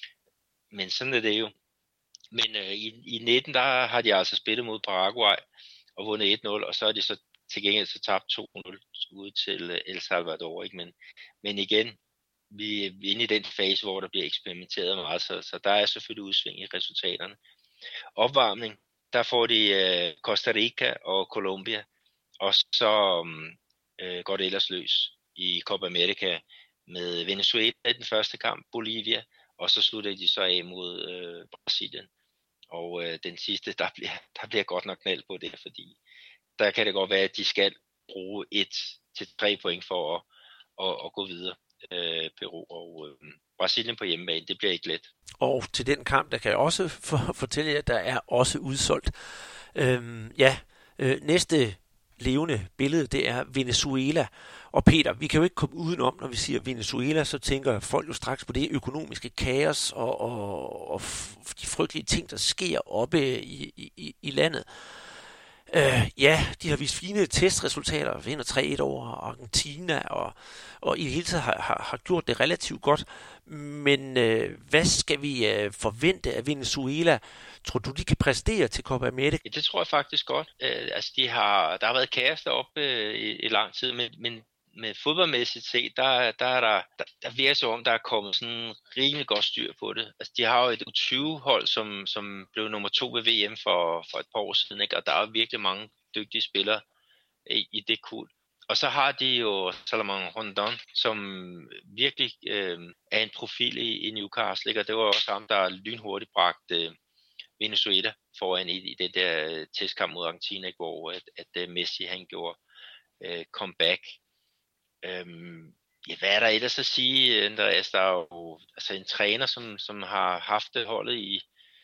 men sådan er det jo. Men uh, i, i nitten, der har de altså spillet mod Paraguay og vundet et nul, og så er de så til gengæld så tabt to nul ud til El Salvador. Ikke? Men, men igen, vi er inde i den fase, hvor der bliver eksperimenteret meget, så, så der er selvfølgelig udsving i resultaterne. Opvarmning, der får de uh, Costa Rica og Colombia, og så um, uh, går det ellers løs i Copa America med Venezuela i den første kamp, Bolivia, og så slutter de så af mod uh, Brasilien. Og uh, den sidste, der bliver, der bliver godt nok knald på det, fordi der kan det godt være, at de skal bruge et til tre point for at, at, at gå videre. Uh, Peru og uh, Brasilien på hjemmebane, det bliver ikke let.
Og til den kamp, der kan jeg også for, fortælle jer, at der er også udsolgt. Øhm, ja, øh, næste levende billede, det er Venezuela. Og Peter, vi kan jo ikke komme udenom, når vi siger Venezuela, så tænker folk jo straks på det økonomiske kaos og, og, og de frygtelige ting, der sker oppe i, i, i landet. Øh, ja, de har vist fine testresultater, vinder tre et over Argentina, og, og i det hele taget har, har, har gjort det relativt godt. Men øh, hvad skal vi øh, forvente af Venezuela? Tror du, de kan præstere til Copa America?
Ja, det tror jeg faktisk godt. Øh, altså, de har, der har været kaos deroppe øh, i, i lang tid, men, men med fodboldmæssigt set, der, der, er der, der, der virker så om, der er kommet sådan rimelig godt styr på det. Altså, de har jo et U tyve hold, som, som blev nummer to ved V M for, for et par år siden, ikke? Og der er virkelig mange dygtige spillere i, i det kul. Og så har de jo Salomon Rondon, som virkelig øh, er en profil i, i Newcastle, ikke? Og det var også ham, der lynhurtigt bragte øh, Venezuela foran i, i den der testkamp mod Argentina, ikke? Hvor at, at Messi han gjorde øh, comeback. Øhm, ja, hvad er der ellers at sige, Andreas? Der er jo altså en træner, som, som har haft holdet i,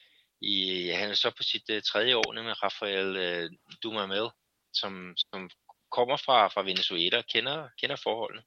i han er så på sit uh, tredje år, med Rafael uh, Dudamel, som, som kommer fra, fra Venezuela og kender, kender forholdene.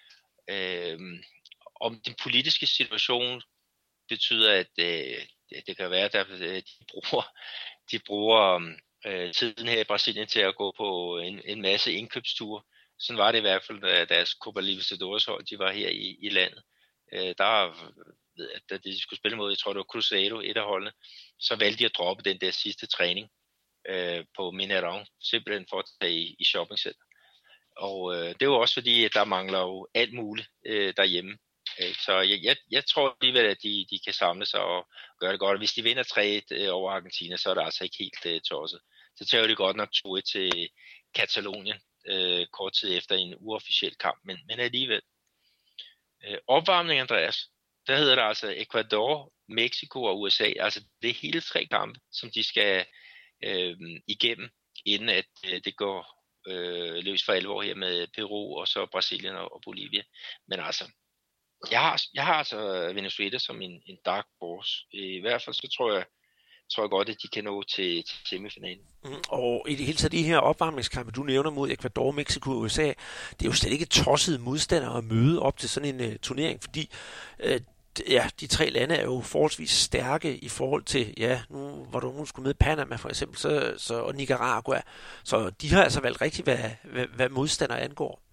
Øhm, om den politiske situation betyder, at uh, det, det kan være, at de bruger, de bruger uh, tiden her i Brasilien til at gå på en, en masse indkøbsture. Sådan var det i hvert fald, da deres Copa Libertadores hold, de var her i, i landet. Øh, der, da de skulle spille mod, jeg tror det var Cruzeiro, et af holdene, så valgte de at droppe den der sidste træning øh, på Mineirão, simpelthen for at tage i, i shoppingcenter. Og øh, det er jo også fordi, at der mangler jo alt muligt øh, derhjemme. Øh, så jeg, jeg, jeg tror alligevel, at de, de kan samle sig og gøre det godt. Og hvis de vinder tre et øh, over Argentina, så er det altså ikke helt øh, tosset. Så tager de godt nok to et til Katalonien. Øh, kort tid efter en uofficiel kamp, men, men alligevel. Øh, opvarmning, Andreas, der hedder det altså Ecuador, Mexico og U S A, altså det er hele tre kampe, som de skal øh, igennem, inden at øh, det går øh, løs for alvor her med Peru og så Brasilien og, og Bolivia. Men altså, jeg har, jeg har altså Venezuela som en, en dark horse. I hvert fald så tror jeg, tror jeg godt, at de kan nå til, til semifinalen.
Mm, og i det hele taget de her opvarmningskampe, du nævner mod Ecuador, Mexico og U S A, det er jo slet ikke tossede modstandere at møde op til sådan en uh, turnering, fordi uh, ja, de tre lande er jo forholdsvis stærke i forhold til, ja, nu var du nu skulle med Panama for eksempel, så, så, og Nicaragua, så de har altså valgt rigtigt, hvad, hvad, hvad modstandere angår.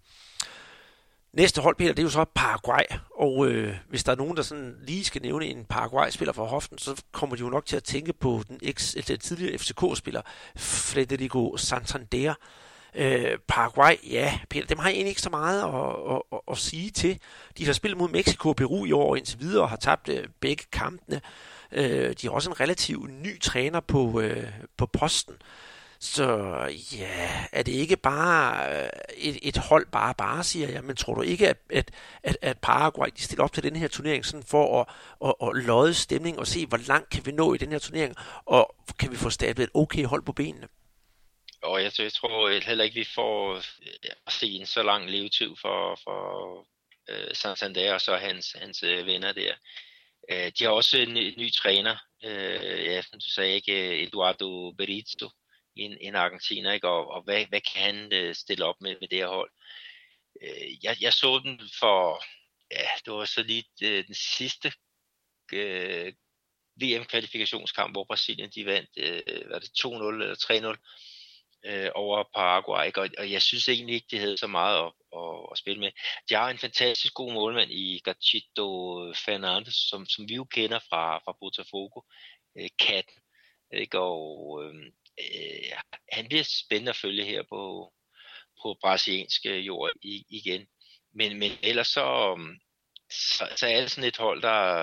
Næste hold, Peter, det er jo så Paraguay, og øh, hvis der er nogen, der sådan lige skal nævne en Paraguay-spiller fra hoften, så kommer de jo nok til at tænke på den, ex, den tidligere F C K-spiller, Federico Santander. Øh, Paraguay, ja, Peter, dem har jeg egentlig ikke så meget at, at, at, at sige til. De har spillet mod Mexico og Peru i år indtil videre og har tabt øh, begge kampene. Øh, de har også en relativt ny træner på, øh, på posten. Så ja, er det ikke bare et, et hold bare bare, siger jeg, men tror du ikke, at, at, at, at Paraguay de stiller op til den her turnering sådan for at, at, at lodde stemning og se, hvor langt kan vi nå i den her turnering, og kan vi få stablet et okay hold på benene?
Og jeg, jeg tror heller ikke, vi får at se en så lang levetid for, for uh, Santander og så hans, hans uh, venner der. Uh, de har også en ny, ny træner, uh, ja, som du sagde, ikke, Eduardo Berizzo. end, end Argentina, ikke? Og, og hvad, hvad kan han øh, stille op med, med det her hold? Øh, jeg, jeg så den for, ja, det var så lige øh, den sidste øh, V M-kvalifikationskamp, hvor Brasilien de vandt, øh, var det to nul eller tre nul øh, over Paraguay, ikke? Og, og jeg synes egentlig ikke, de havde så meget at, at, at spille med. De har en fantastisk god målmand i Gachito Fernandes, som, som vi jo kender fra, fra Botafogo, øh, Katten, ikke? Og øh, øh, han bliver spændende at følge her på, på brasiliansk jord i, igen. Men, men ellers så, så, så er det sådan et hold, der,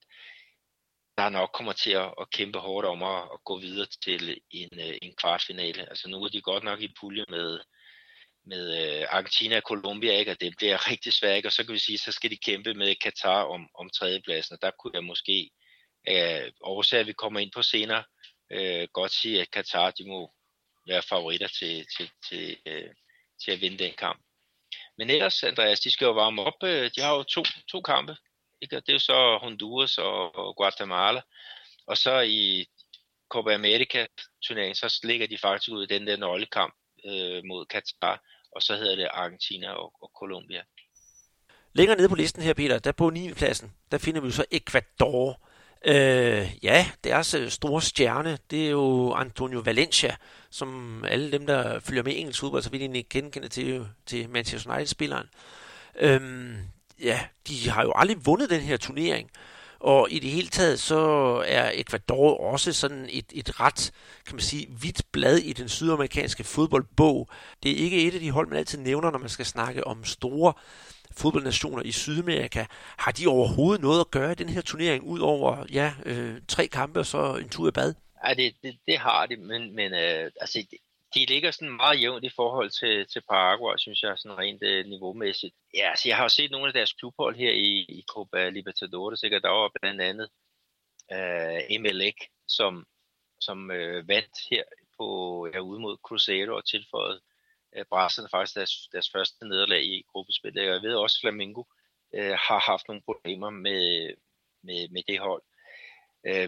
der nok kommer til at, at kæmpe hårdt om at, at gå videre til en, en kvartfinale. Altså nu er de godt nok i pulje med, med Argentina og Colombia, ikke? Og det bliver rigtig svært, ikke? Og så kan vi sige, så skal de kæmpe med Katar om, om tredjepladsen, og der kunne jeg måske, øh, årsager vi kommer ind på senere, øh, godt sige, at Katar, de må være favoritter til, til, til, øh, til at vinde den kamp. Men ellers, Andreas, de skal jo varme op. De har jo to, to kampe. Ikke? Det er jo så Honduras og, og Guatemala. Og så i Copa America-turneringen, så ligger de faktisk ud i den der nøglekamp øh, mod Qatar. Og så hedder det Argentina og, og Colombia.
Længere nede på listen her, Peter, der på niende pladsen, der finder vi jo så Ecuador. Øh, ja, deres store stjerne, det er jo Antonio Valencia, som alle dem, der følger med engelsk fodbold, så vil egentlig genkende til, til Manchester United-spilleren. Øhm, ja, de har jo aldrig vundet den her turnering, og i det hele taget, så er Ecuador også sådan et, et ret, kan man sige, hvidt blad i den sydamerikanske fodboldbog. Det er ikke et af de hold, man altid nævner, når man skal snakke om store fodboldnationer i Sydamerika. Har de overhovedet noget at gøre i den her turnering, ud over ja, øh, tre kampe og så en tur i bad?
Ja, det, det, det har de, men, men øh, altså, de, de ligger sådan meget jævnt i forhold til, til Paraguay, synes jeg, sådan rent øh, niveaumæssigt. Ja, altså, jeg har jo set nogle af deres klubhold her i, i Copa Libertadores, ikke? Der var blandt andet øh, Emelec, som, som øh, vandt her på, ja, ude mod Cruzeiro og tilføjet øh, Brasserne faktisk deres, deres første nederlag i gruppespillet. Jeg ved også, at Flamengo øh, har haft nogle problemer med, med, med det hold. Øh,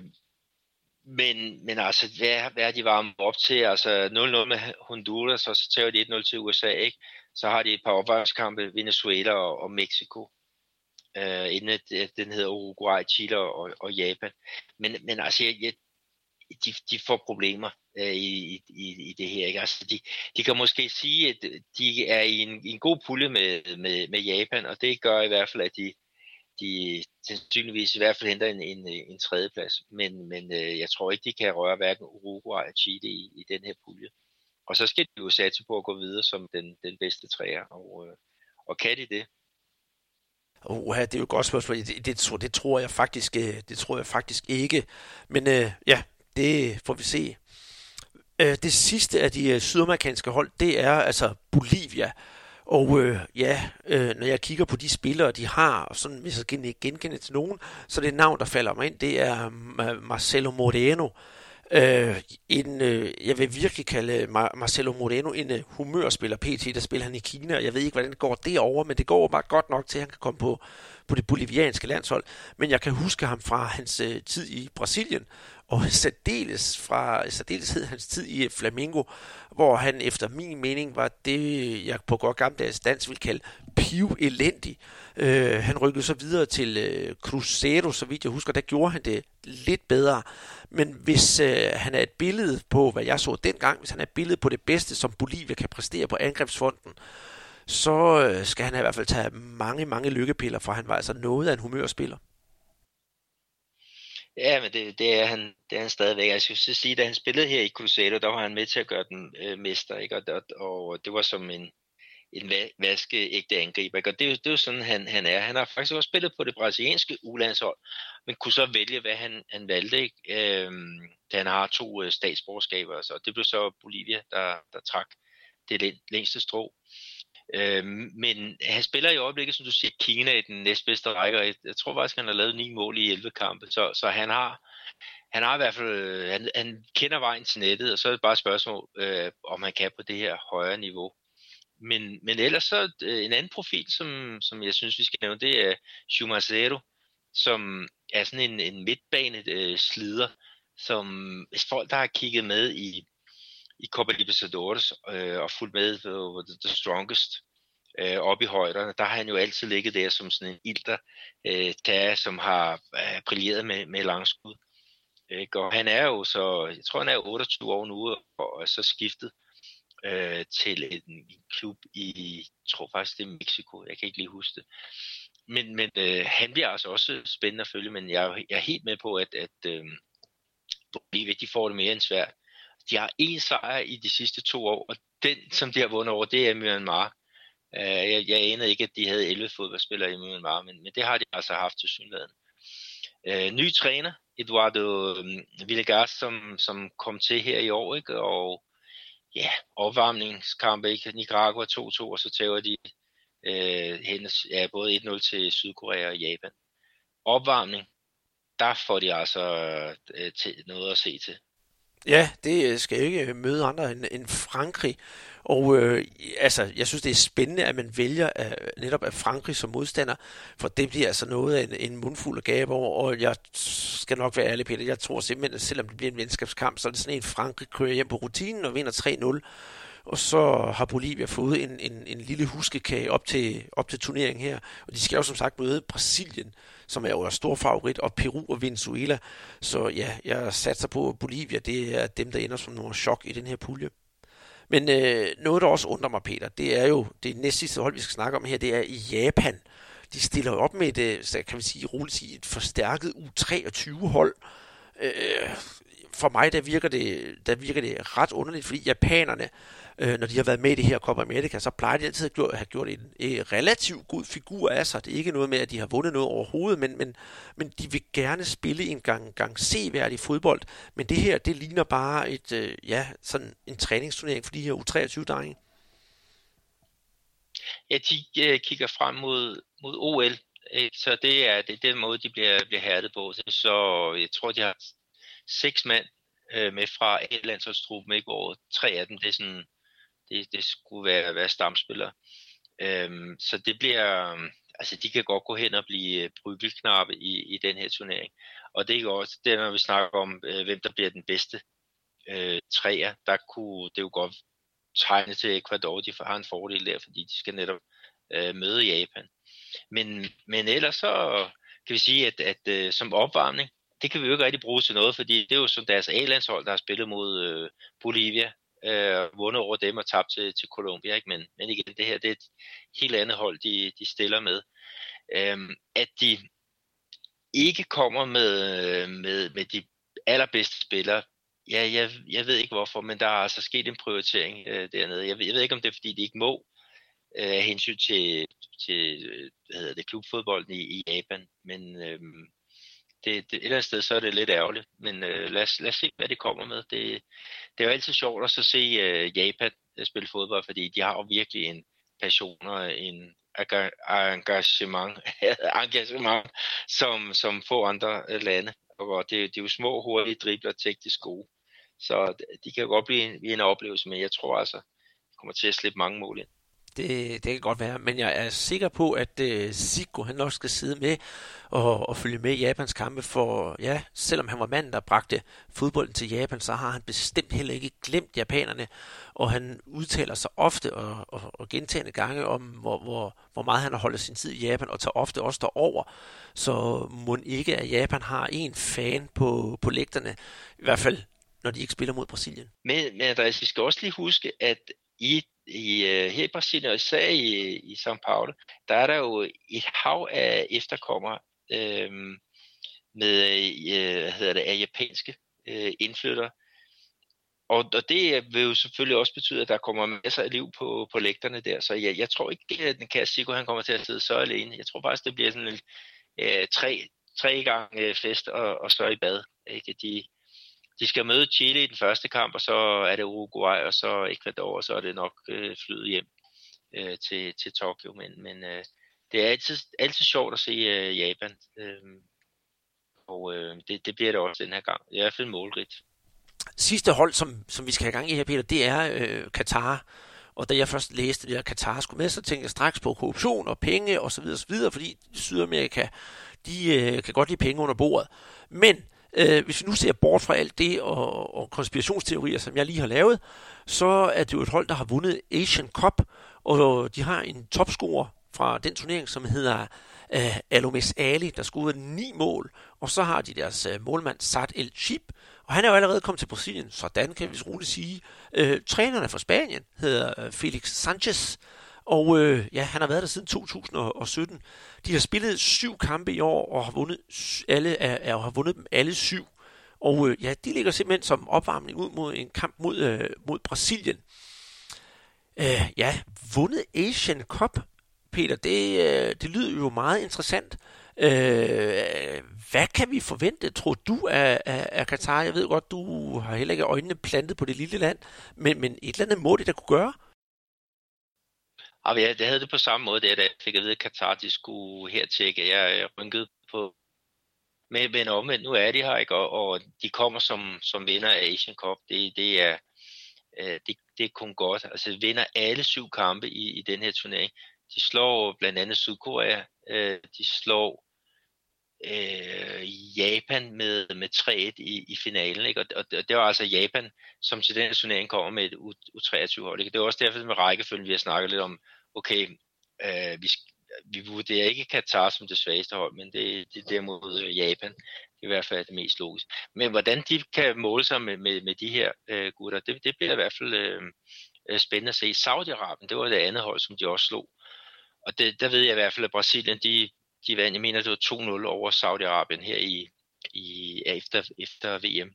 Men, men altså, hvad, hvad er de varme op til? Altså nul nul med Honduras, og så tager de et nul til U S A, ikke? Så har de et par opvarskampe, Venezuela og, og Mexico. Uh, inden at, den hedder Uruguay, Chile og, og Japan. Men, men altså, jeg, de, de får problemer uh, i, i, i det her, ikke? Altså, de, de kan måske sige, at de er i en, i en god pulje med, med, med Japan, og det gør i hvert fald, at de de sandsynligvis i hvert fald henter en, en, en tredjeplads, men, men øh, jeg tror ikke, de kan røre hverken Uruguay eller Chile i, i den her pulje. Og så skal de jo satse på at gå videre som den, den bedste træer, og, øh, og kan de det?
Uh, det er jo et godt spørgsmål. Det, det, det, det, tror jeg faktisk, det tror jeg faktisk ikke. Men øh, ja, det får vi se. Øh, det sidste af de sydamerikanske hold, det er altså Bolivia. Og øh, ja, øh, når jeg kigger på de spillere, de har, og sådan, hvis jeg kan genkende til nogen, så det navn, der falder mig ind, det er Marcelo Moreno. Øh, en, øh, jeg vil virkelig kalde Mar- Marcelo Moreno en uh, humørspiller. P T, der spiller han i Kina, og jeg ved ikke, hvordan det går derovre, men det går bare godt nok til, at han kan komme på, på det bolivianske landshold. Men jeg kan huske ham fra hans øh, tid i Brasilien, og særdeles fra særdeleshed hans tid i Flamengo, hvor han efter min mening var det, jeg på godt gammeldags dansk vil kalde piv-elendig. Øh, han rykkede så videre til øh, Cruzeiro, så vidt jeg husker, der gjorde han det lidt bedre. Men hvis øh, han er et billede på, hvad jeg så dengang, hvis han er et billede på det bedste, som Bolivia kan præstere på angrebsfronten, så øh, skal han i hvert fald tage mange, mange lykkepiller, for han var altså noget af en humørspiller.
Ja, men det, det, er han, det er han stadigvæk. Jeg skulle sige, at da han spillede her i Cruzeiro, der var han med til at gøre den øh, mester, ikke? Og, og, og det var som en, en vaskeægte angriber, ikke? Og det, det er jo sådan, han, han er. Han har faktisk også spillet på det brasilianske U-landshold, men kunne så vælge, hvad han, han valgte, ikke? Øhm, da han har to øh, statsborgerskaber. Så det blev så Bolivia, der, der trak det længste strå. Øhm, men han spiller i øjeblikket, som du siger, Kina i den næstbedste række, og jeg tror faktisk, han har lavet ni mål i elleve kampe, så, så han har han har i hvert fald, han, han kender vejen til nettet, og så er det bare et spørgsmål, øh, om han kan på det her højere niveau. Men, men ellers så øh, en anden profil, som, som jeg synes, vi skal nævne, det er Chumacero, som er sådan en, en midtbane øh, slider, som hvis folk, der har kigget med i i Copa Libertadores øh, og fulgt med på the, the Strongest øh, op i højderne. Der har han jo altid ligget der som sådan en ilter, øh, der, som har øh, brilleret med, med langskud. Øh, og han er jo så, jeg tror han er otteogtyve år nu, og er så skiftet øh, til en, en klub i, jeg tror faktisk det er Mexico, jeg kan ikke lige huske det. Men, men øh, han bliver altså også spændende at følge, men jeg, jeg er helt med på, at, at øh, Bolivia, de får det mere end svært. De har én sejr i de sidste to år, og den, som de har vundet over, det er Myanmar. Uh, jeg, jeg anede ikke, at de havde elleve fodboldspillere i Myanmar, men, men det har de altså haft til synligheden. Uh, ny træner, Eduardo um, Villegas, som, som kom til her i år, ikke? Og ja, opvarmningskamp, ikke? Nicaragua to to, og så tager de uh, hendes, ja, både et nul til Sydkorea og Japan. Opvarmning, der får de altså uh, til, noget at se til.
Ja, det skal ikke møde andre end, end Frankrig, og øh, altså, jeg synes det er spændende, at man vælger at, netop af Frankrig som modstander, for det bliver altså noget af en, en mundfuld af gabe over, og jeg skal nok være ærlig, Peter, jeg tror simpelthen, at selvom det bliver en venskabskamp, så er det sådan en, Frankrig kører hjem på rutinen og vinder tre nul, og så har Bolivia fået en, en, en lille huskekage op til, op til turneringen her, og de skal jo som sagt møde Brasilien, som er jo en stor favorit, og Peru og Venezuela. Så ja, jeg satser på Bolivia, det er dem, der ender som nogle chok i den her pulje. Men øh, noget, der også undrer mig, Peter, det er jo det næstsidste hold, vi skal snakke om her, det er i Japan. De stiller jo op med et, så kan vi sige, roligt sige, et forstærket U treogtyve hold. Øh, for mig, der virker, det, der virker det ret underligt, fordi japanerne, øh, når de har været med i det her Copa America, så plejer de altid at have gjort en, en relativt god figur af sig. Det er ikke noget med, at de har vundet noget overhovedet, men, men, men de vil gerne spille en gang, gang seværdig fodbold. Men det her, det ligner bare et, øh, ja, sådan en træningsturnering for de her U treogtyve-drenge.
Ja, de øh, kigger frem mod, mod O L, ikke? Så det er, det er den måde, de bliver, bliver hærdet på. Så jeg tror, de har seks mand øh, med fra A-landsholdstruppen, ikke, hvor tre af dem, det er sådan, det, det skulle være, være stamspillere. Øhm, så det bliver, altså de kan godt gå hen og blive brygelknappe i, i den her turnering. Og det er også det, når vi snakker om, øh, hvem der bliver den bedste øh, træer, der kunne det jo godt tegne til Ecuador, de har en fordel der, fordi de skal netop øh, møde Japan. Men, men ellers så kan vi sige, at, at øh, som opvarmning, det kan vi jo ikke rigtig bruge til noget, fordi det er jo som deres A-landshold, der har spillet mod øh, Bolivia, øh, vundet over dem og tabt til, til Colombia, ikke? Men, men igen, det her, det er et helt andet hold, de, de stiller med. Øhm, at de ikke kommer med, med, med de allerbedste spillere, ja, jeg, jeg ved ikke hvorfor, men der er altså sket en prioritering øh, dernede. Jeg ved, jeg ved ikke, om det er, fordi de ikke må øh, af hensyn til, til hvad hedder det, klubfodbolden i, i Japan, men øh, det, det, et eller andet sted, så er det lidt ærgerligt, men øh, lad, os, lad os se, hvad de kommer med. Det, det er jo altid sjovt at så se øh, Japan spille fodbold, fordi de har jo virkelig en passion og en engagement, engagement som, som få andre lande. Og det, det er jo små, hurtige dribler, teknisk gode. Så de kan godt blive en, en oplevelse, men jeg tror altså, de kommer til at slippe mange mål ind.
Det, det kan godt være, men jeg er sikker på, at uh, Zico han nok skal sidde med og, og følge med i Japans kampe, for ja, selvom han var manden, der bragte fodbolden til Japan, så har han bestemt heller ikke glemt japanerne, og han udtaler sig ofte og, og, og gentagende gange om, hvor, hvor, hvor meget han har holdt sin tid i Japan, og tager ofte også derover, så må ikke, at Japan har en fan på, på lægterne, i hvert fald når de ikke spiller mod Brasilien.
Men, men Andreas, vi skal også lige huske, at i I, her i Brasilien, og især i, i São Paulo, der er der jo et hav af efterkommere øh, med øh, hvad hedder det, af japanske øh, indflyttere. Og, og det vil jo selvfølgelig også betyde, at der kommer masser af liv på, på lægterne der. Så jeg, jeg tror ikke, at den kære Zico, han kommer til at sidde så alene. Jeg tror faktisk, det bliver sådan en øh, tre, tre gang fest og, og så i bad. Ikke? De, De skal møde Chile i den første kamp, og så er det Uruguay, og så Ecuador, og så er det nok øh, flyet hjem øh, til, til Tokyo. Men, men øh, det er altid, altid sjovt at se øh, Japan, øh, og øh, det, det bliver det også den her gang. Det er i hvert fald målrigt.
Sidste hold, som, som vi skal have gang i her, Peter, det er øh, Katar. Og da jeg først læste, at Katar skulle med, så tænkte jeg straks på korruption og penge osv. osv., fordi Sydamerika, de øh, kan godt lide penge under bordet. Men Øh, hvis vi nu ser bort fra alt det og, og konspirationsteorier, som jeg lige har lavet, så er det jo et hold, der har vundet Asian Cup, og de har en topscorer fra den turnering, som hedder øh, Alomis Ali, der scorede ni mål, og så har de deres øh, målmand Saad El Chib, og han er jo allerede kommet til Brasilien, sådan kan vi roligt sige. Øh, trænerne fra Spanien hedder øh, Felix Sanchez, og øh, ja, han har været der siden to tusind og sytten. De har spillet syv kampe i år, og har vundet alle, er, er, har vundet dem alle syv. Og øh, ja, de ligger simpelthen som opvarmning ud mod en kamp mod, øh, mod Brasilien. Øh, ja, vundet Asian Cup, Peter, det, øh, det lyder jo meget interessant. Øh, hvad kan vi forvente, tror du, af, af, af Katar? Jeg ved godt, du har heller ikke øjnene plantet på det lille land, men, men et eller andet må det da kunne gøre?
Ja, det havde det på samme måde, da jeg fik at vide, at Katar de skulle her tjekke. Jeg rynkede på. Men, men omvendt, nu er de her, ikke? Og, og de kommer som, som vinder af Asian Cup. Det, det, er, øh, det, det er kun godt. Altså vinder alle syv kampe i, i den her turnering. De slår blandt andet Sydkorea. Øh, de slår øh, Japan med, med tre et i, i finalen. Ikke? Og, og det var altså Japan, som til den her turnering kommer med et U treogtyve hold. Ikke? Det er også derfor med rækkefølgen, vi har snakket lidt om, okay, øh, vi, vi vurderer ikke Katar som det svageste hold, men det, det er derimod Japan. Det er i hvert fald det mest logisk. Men hvordan de kan måle sig med, med, med de her øh, gutter, det, det bliver i hvert fald øh, spændende at se. Saudi-Arabien, det var det andet hold, som de også slog. Og det, der ved jeg i hvert fald, at Brasilien, de, de vandt, jeg mener, det var to nul over Saudi-Arabien her i, i, efter, efter V M.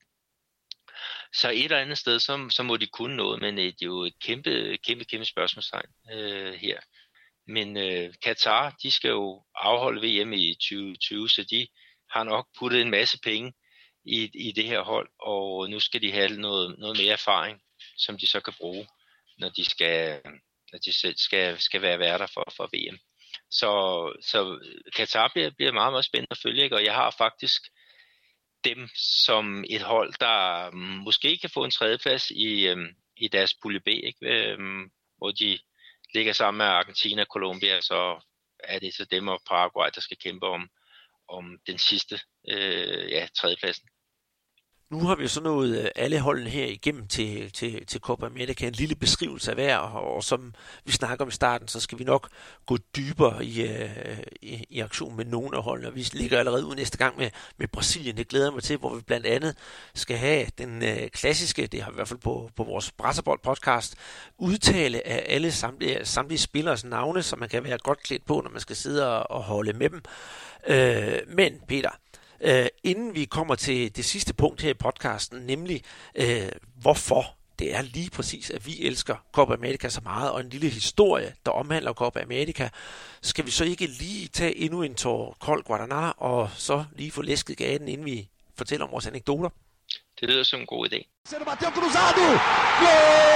Så et eller andet sted, så, så må de kunne noget, men det er jo et kæmpe, kæmpe, kæmpe spørgsmålstegn øh, her. Men øh, Katar, de skal jo afholde V M i tyve tyve, så de har nok puttet en masse penge i, i det her hold, og nu skal de have noget, noget mere erfaring, som de så kan bruge, når de skal, når de selv skal, skal være værter for, for V M. Så, så Katar bliver, bliver meget, meget spændende at følge, ikke? Og jeg har faktisk dem som et hold, der måske kan få en tredjeplads i, øhm, i deres pulje B, ikke? Øhm, hvor de ligger sammen med Argentina og Colombia, så er det så dem og Paraguay, der skal kæmpe om, om den sidste øh, ja, tredjepladsen.
Nu har vi jo så nået alle holdene her igennem til, til, til Copa America, en lille beskrivelse af hver, og, og som vi snakker om i starten, så skal vi nok gå dybere i, øh, i, i aktion med nogle af holdene, og vi ligger allerede ud næste gang med, med Brasilien, det glæder mig til, hvor vi blandt andet skal have den øh, klassiske, det har vi i hvert fald på, på vores Brasserbold podcast, udtale af alle samtlige, samtlige spillers navne, så man kan være godt klædt på, når man skal sidde og, og holde med dem. Øh, men Peter, Uh, inden vi kommer til det sidste punkt her i podcasten, nemlig uh, hvorfor det er lige præcis, at vi elsker Copa America så meget, og en lille historie, der omhandler Copa America, skal vi så ikke lige tage endnu en tår kold Guaraná, og så lige få læsket gaden, inden vi fortæller om vores anekdoter?
Det lyder som en god idé.
Sendo bateu cruzado! Gol!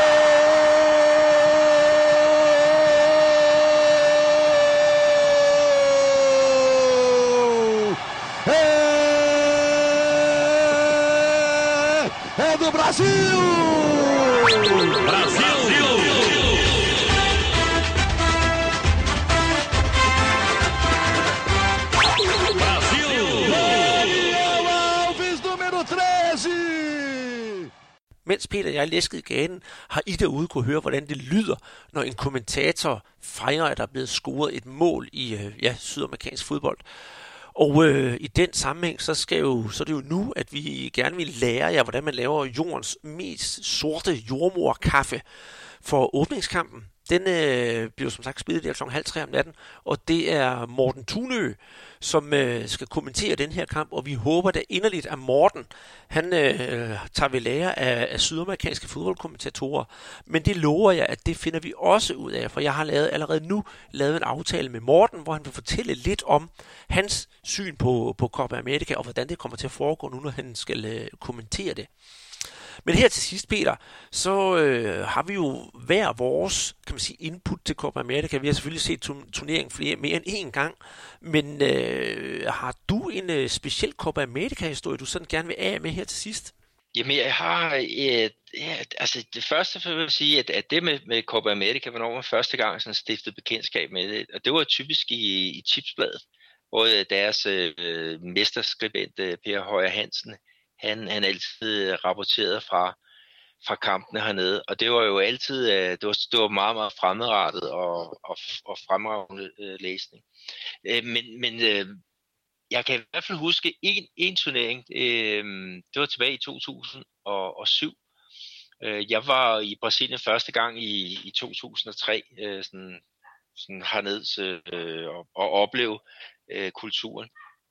É do Brasil! Brasil! Brasil! Daniel Alves, número treze!
Mens Peter og jeg læskede gaden, har I derude kunne høre, hvordan det lyder, når en kommentator fejrer, at der er blevet scoret et mål i ja, sydamerikansk fodbold. Og øh, i den sammenhæng, så, skal jo, så er det jo nu, at vi gerne vil lære jer, hvordan man laver jordens mest sorte jordmorkaffe for åbningskampen. Den øh, bliver som sagt spillet der klokken halv tre om natten, og det er Morten Tunø, som øh, skal kommentere den her kamp, og vi håber da inderligt, at Morten, han øh, tager ved lære af, af sydamerikanske fodboldkommentatorer, men det lover jeg, at det finder vi også ud af, for jeg har lavet, allerede nu lavet en aftale med Morten, hvor han vil fortælle lidt om hans syn på, på Copa America, og hvordan det kommer til at foregå nu, når han skal øh, kommentere det. Men her til sidst, Peter, så øh, har vi jo hver vores, kan man sige, input til Copa America. Vi har selvfølgelig set turneringen flere mere end én gang, men øh, har du en øh, speciel Copa America-historie, du sådan gerne vil af med her til sidst?
Jamen, jeg har et, ja, altså det første, for at sige, at, at det med, med Copa America, hvornår var første gang sådan stiftet bekendtskab med det, og det var typisk i, i Tipsbladet, hvor deres øh, mesterskribent Per Højer Hansen, han, han altid rapporterede fra, fra kampene hernede. Og det var jo altid det var, det var meget, meget fremadrettet og, og, og fremragende øh, læsning. Øh, men men øh, jeg kan i hvert fald huske en, en turnering. Øh, det var tilbage i to tusind og syv. Øh, jeg var i Brasilien første gang i, i to tusind og tre, øh, sådan, sådan hernede øh, og, og opleve øh, kulturen.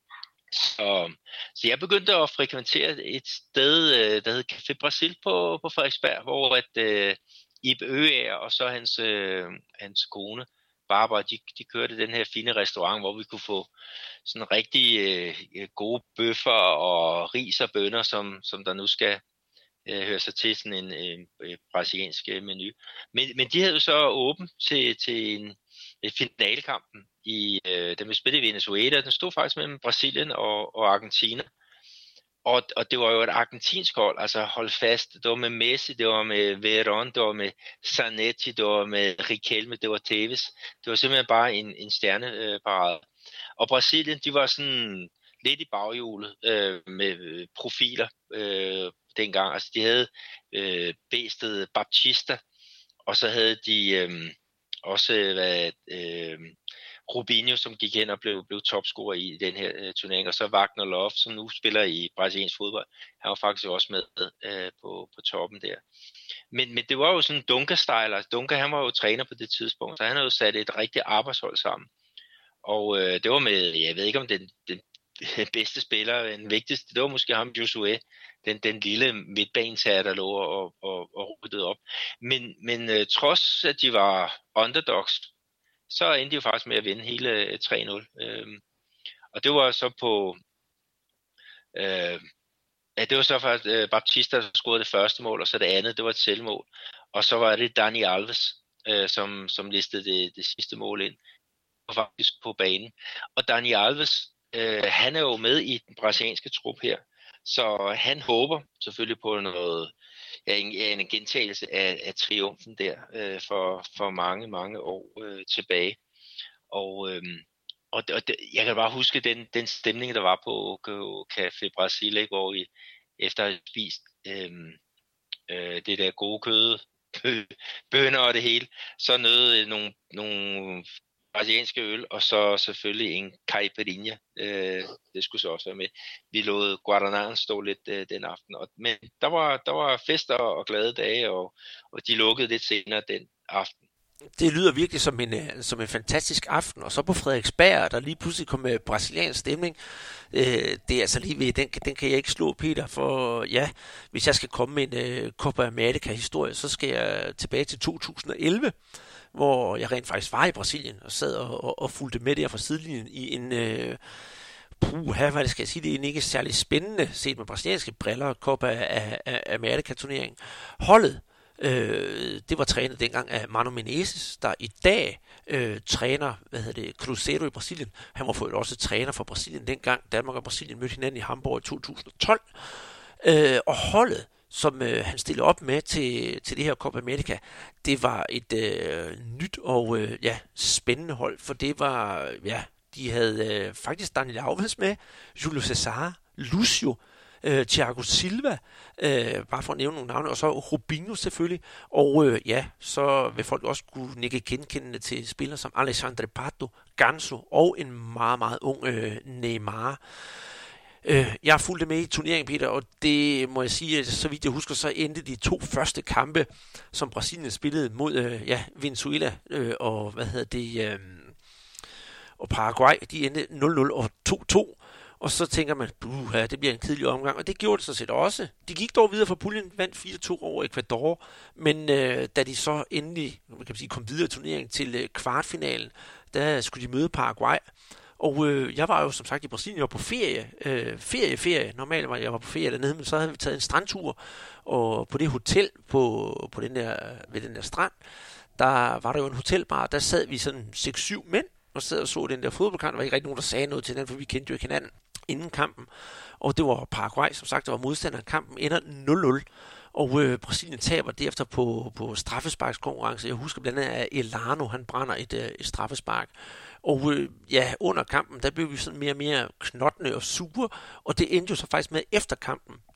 Så, så jeg begyndte at frekventere et sted, øh, der hed Café Brasil på, på Frederiksberg, hvor at øh, Ib Øager og så hans, øh, hans kone, Barbara, de, de kørte den her fine restaurant, hvor vi kunne få sådan rigtig øh, gode bøffer og ris og bønner, som, som der nu skal øh, høre sig til sådan en, en, en brasiliansk menu. Men, men de havde jo så åbent til, til en, en finalekampen, i, øh, den blev spillet i Venezuela. Den stod faktisk mellem Brasilien og, og Argentina. Og, og det var jo et argentinsk hold, altså hold fast. Det var med Messi, det var med Verón, det var med Zanetti, det var med Riquelme, det var Tevez. Det var simpelthen bare en, en stjerneparade. Øh, og Brasilien, de var sådan lidt i baghjulet øh, med profiler øh, dengang. Altså de havde øh, bæstet Baptista, og så havde de øh, også været... Øh, Rubinho, som gik hen og blev, blev topscorer i den her øh, turnering, og så Wagner Love, som nu spiller i brasiliansk fodbold. Han var faktisk også med øh, på, på toppen der. Men, men det var jo sådan Dunga-style. Altså Dunga, han var jo træner på det tidspunkt, så han havde jo sat et rigtigt arbejdshold sammen. Og øh, det var med, jeg ved ikke om den, den bedste spiller, den vigtigste, det var måske ham, Josué, den, den lille midtbanesager, der lå og, og, og ryddede op. Men, men øh, trods at de var underdogs, så endte de jo faktisk med at vinde hele tre nul. Øhm, og det var så på... Øh, ja, det var så faktisk øh, Baptista, der scorede det første mål, og så det andet, det var et selvmål. Og så var det Dani Alves, øh, som, som listede det, det sidste mål ind, og faktisk på banen. Og Dani Alves, øh, han er jo med i den brasilianske trup her, så han håber selvfølgelig på noget... Ja, en, en gentagelse af, af triumfen der øh, for, for mange, mange år øh, tilbage. Og, øh, og, og det, jeg kan bare huske den, den stemning, der var på, på Café Brasil, ikke, hvor vi efter at have spist øh, øh, det der gode kød, bønner og det hele, så nød nogle, nogle brasilianske øl, og så selvfølgelig en caipirinha. Øh, det skulle så også være med. Vi lod Guaranaen stå lidt øh, den aften. Og, men der var, der var fester og glade dage, og, og de lukkede lidt senere den aften.
Det lyder virkelig som en, som en fantastisk aften. Og så på Frederiksberg, der lige pludselig kom med brasiliansk stemning. Øh, det er altså lige ved, den, den kan jeg ikke slå, Peter. For ja, hvis jeg skal komme med en uh, Copa America-historie, så skal jeg tilbage til to tusind og elleve. Hvor jeg rent faktisk var i Brasilien og sad og, og, og fulgte med der fra sidelinjen i en, øh, puh, her, hvad det skal jeg sige, det er en ikke særlig spændende, set med brasilianske briller, Copa af, af America-turneringen. Holdet, øh, det var trænet dengang af Mano Menezes, der i dag øh, træner, hvad hedder det, Cruzeiro i Brasilien. Han var for også træner for Brasilien dengang. Danmark og Brasilien mødte hinanden i Hamburg i to tusind og tolv. Øh, og holdet, som øh, han stillede op med til, til det her Copa America, det var et øh, nyt og øh, ja, spændende hold, for det var, ja, de havde øh, faktisk Daniel Alves med, Julio Cesar, Lucio, øh, Thiago Silva, øh, bare for at nævne nogle navne, og så Rubinho selvfølgelig, og øh, ja, så vil folk også kunne nikke genkendende til spillere som Alexandre Pato, Ganso og en meget, meget ung øh, Neymar. Jeg har fulgt med i turneringen, Peter, og det må jeg sige, at så vidt jeg husker, så endte de to første kampe, som Brasilien spillede mod øh, ja, Venezuela øh, og hvad hedder det øh, og Paraguay, de endte nul nul og to to. Og så tænker man, uh, ja, det bliver en kedelig omgang, og det gjorde det så set også. De gik dog videre fra puljen, vandt fire to over Ecuador, men øh, da de så endelig man kan sige, kom videre i turneringen til øh, kvartfinalen, der skulle de møde Paraguay. Og øh, jeg var jo som sagt i Brasilien, jeg var på ferie, øh, ferie, ferie. Normalt var jeg var på ferie dernede, men så havde vi taget en strandtur, og på det hotel på, på den der, ved den der strand, der var der jo en hotelbar, der sad vi sådan seks syv mænd, og sad og så den der fodboldkamp. Der var ikke rigtig nogen, der sagde noget til den, for vi kendte jo ikke hinanden inden kampen. Og det var Paraguay, som sagt, der var modstanderen. Kampen ender nul nul. Og øh, Brasilien taber derefter på, på straffesparkskonkurrence. Jeg husker blandt andet, at Elano, han brænder et, øh, et straffespark. Og øh, ja, under kampen, der blev vi sådan mere og mere knottende og sure. Og det endte jo så faktisk med efter kampen.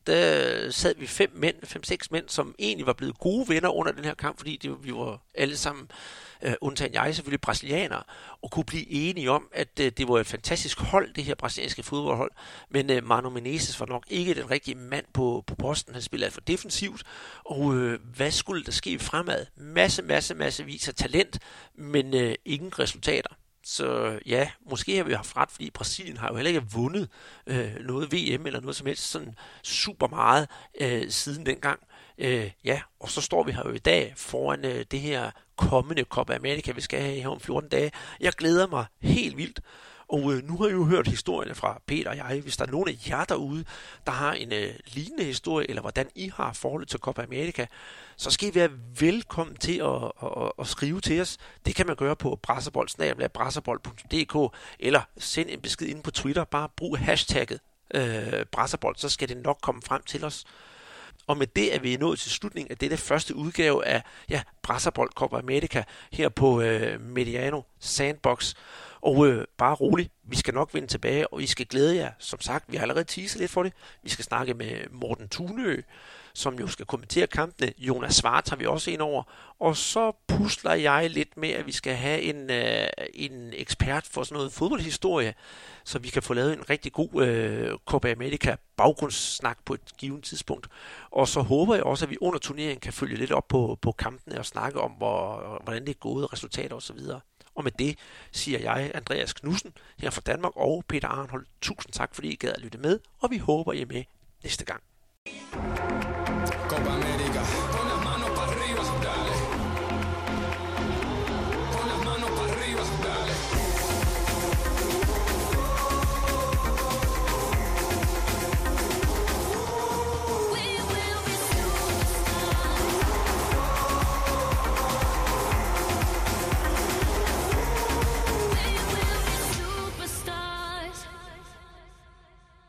der sad vi fem mænd, fem, seks mænd, som egentlig var blevet gode venner under den her kamp, fordi det, vi var alle sammen, uh, undtagen jeg selvfølgelig, brasilianere, og kunne blive enige om, at uh, det var et fantastisk hold, det her brasilianske fodboldhold, men uh, Mano Menezes var nok ikke den rigtige mand på, på posten. Han spillede for defensivt, og uh, hvad skulle der ske fremad? Masse, masse, masse vis af talent, men uh, ingen resultater. Så ja, måske har vi haft ret, fordi Brasilien har jo heller ikke vundet øh, noget V M eller noget som helst sådan super meget øh, siden dengang. Øh, ja, og så står vi her jo i dag foran øh, det her kommende Copa America, vi skal have her om fjorten dage. Jeg glæder mig helt vildt. Og øh, nu har I jo hørt historierne fra Peter og jeg. Hvis der er nogen af jer derude, der har en øh, lignende historie, eller hvordan I har forholdet til Copa America, så skal I være velkommen til at, at, at, at skrive til os. Det kan man gøre på brasserbold snabel-a brasserbold punktum d k, eller send en besked ind på Twitter. Bare brug hashtagget øh, brasserbold, så skal det nok komme frem til os. Og med det er vi nået til slutningen af dette første udgave af ja, Brasserbold Copa America her på øh, Mediano Sandbox. Og øh, bare roligt, vi skal nok vende tilbage, og I skal glæde jer. Som sagt, vi har allerede teaset lidt for det. Vi skal snakke med Morten Tunø, som jo skal kommentere kampene. Jonas Svart har vi også ind over. Og så pusler jeg lidt med, at vi skal have en, øh, en ekspert for sådan noget fodboldhistorie, så vi kan få lavet en rigtig god øh, Copa America baggrundssnak på et givet tidspunkt. Og så håber jeg også, at vi under turneringen kan følge lidt op på, på kampene og snakke om, hvor, hvordan det er gået, resultater osv. Og med det siger jeg, Andreas Knudsen, her fra Danmark, og Peter Arnhold, tusind tak, fordi I gad at lytte med, og vi håber, I er med næste gang.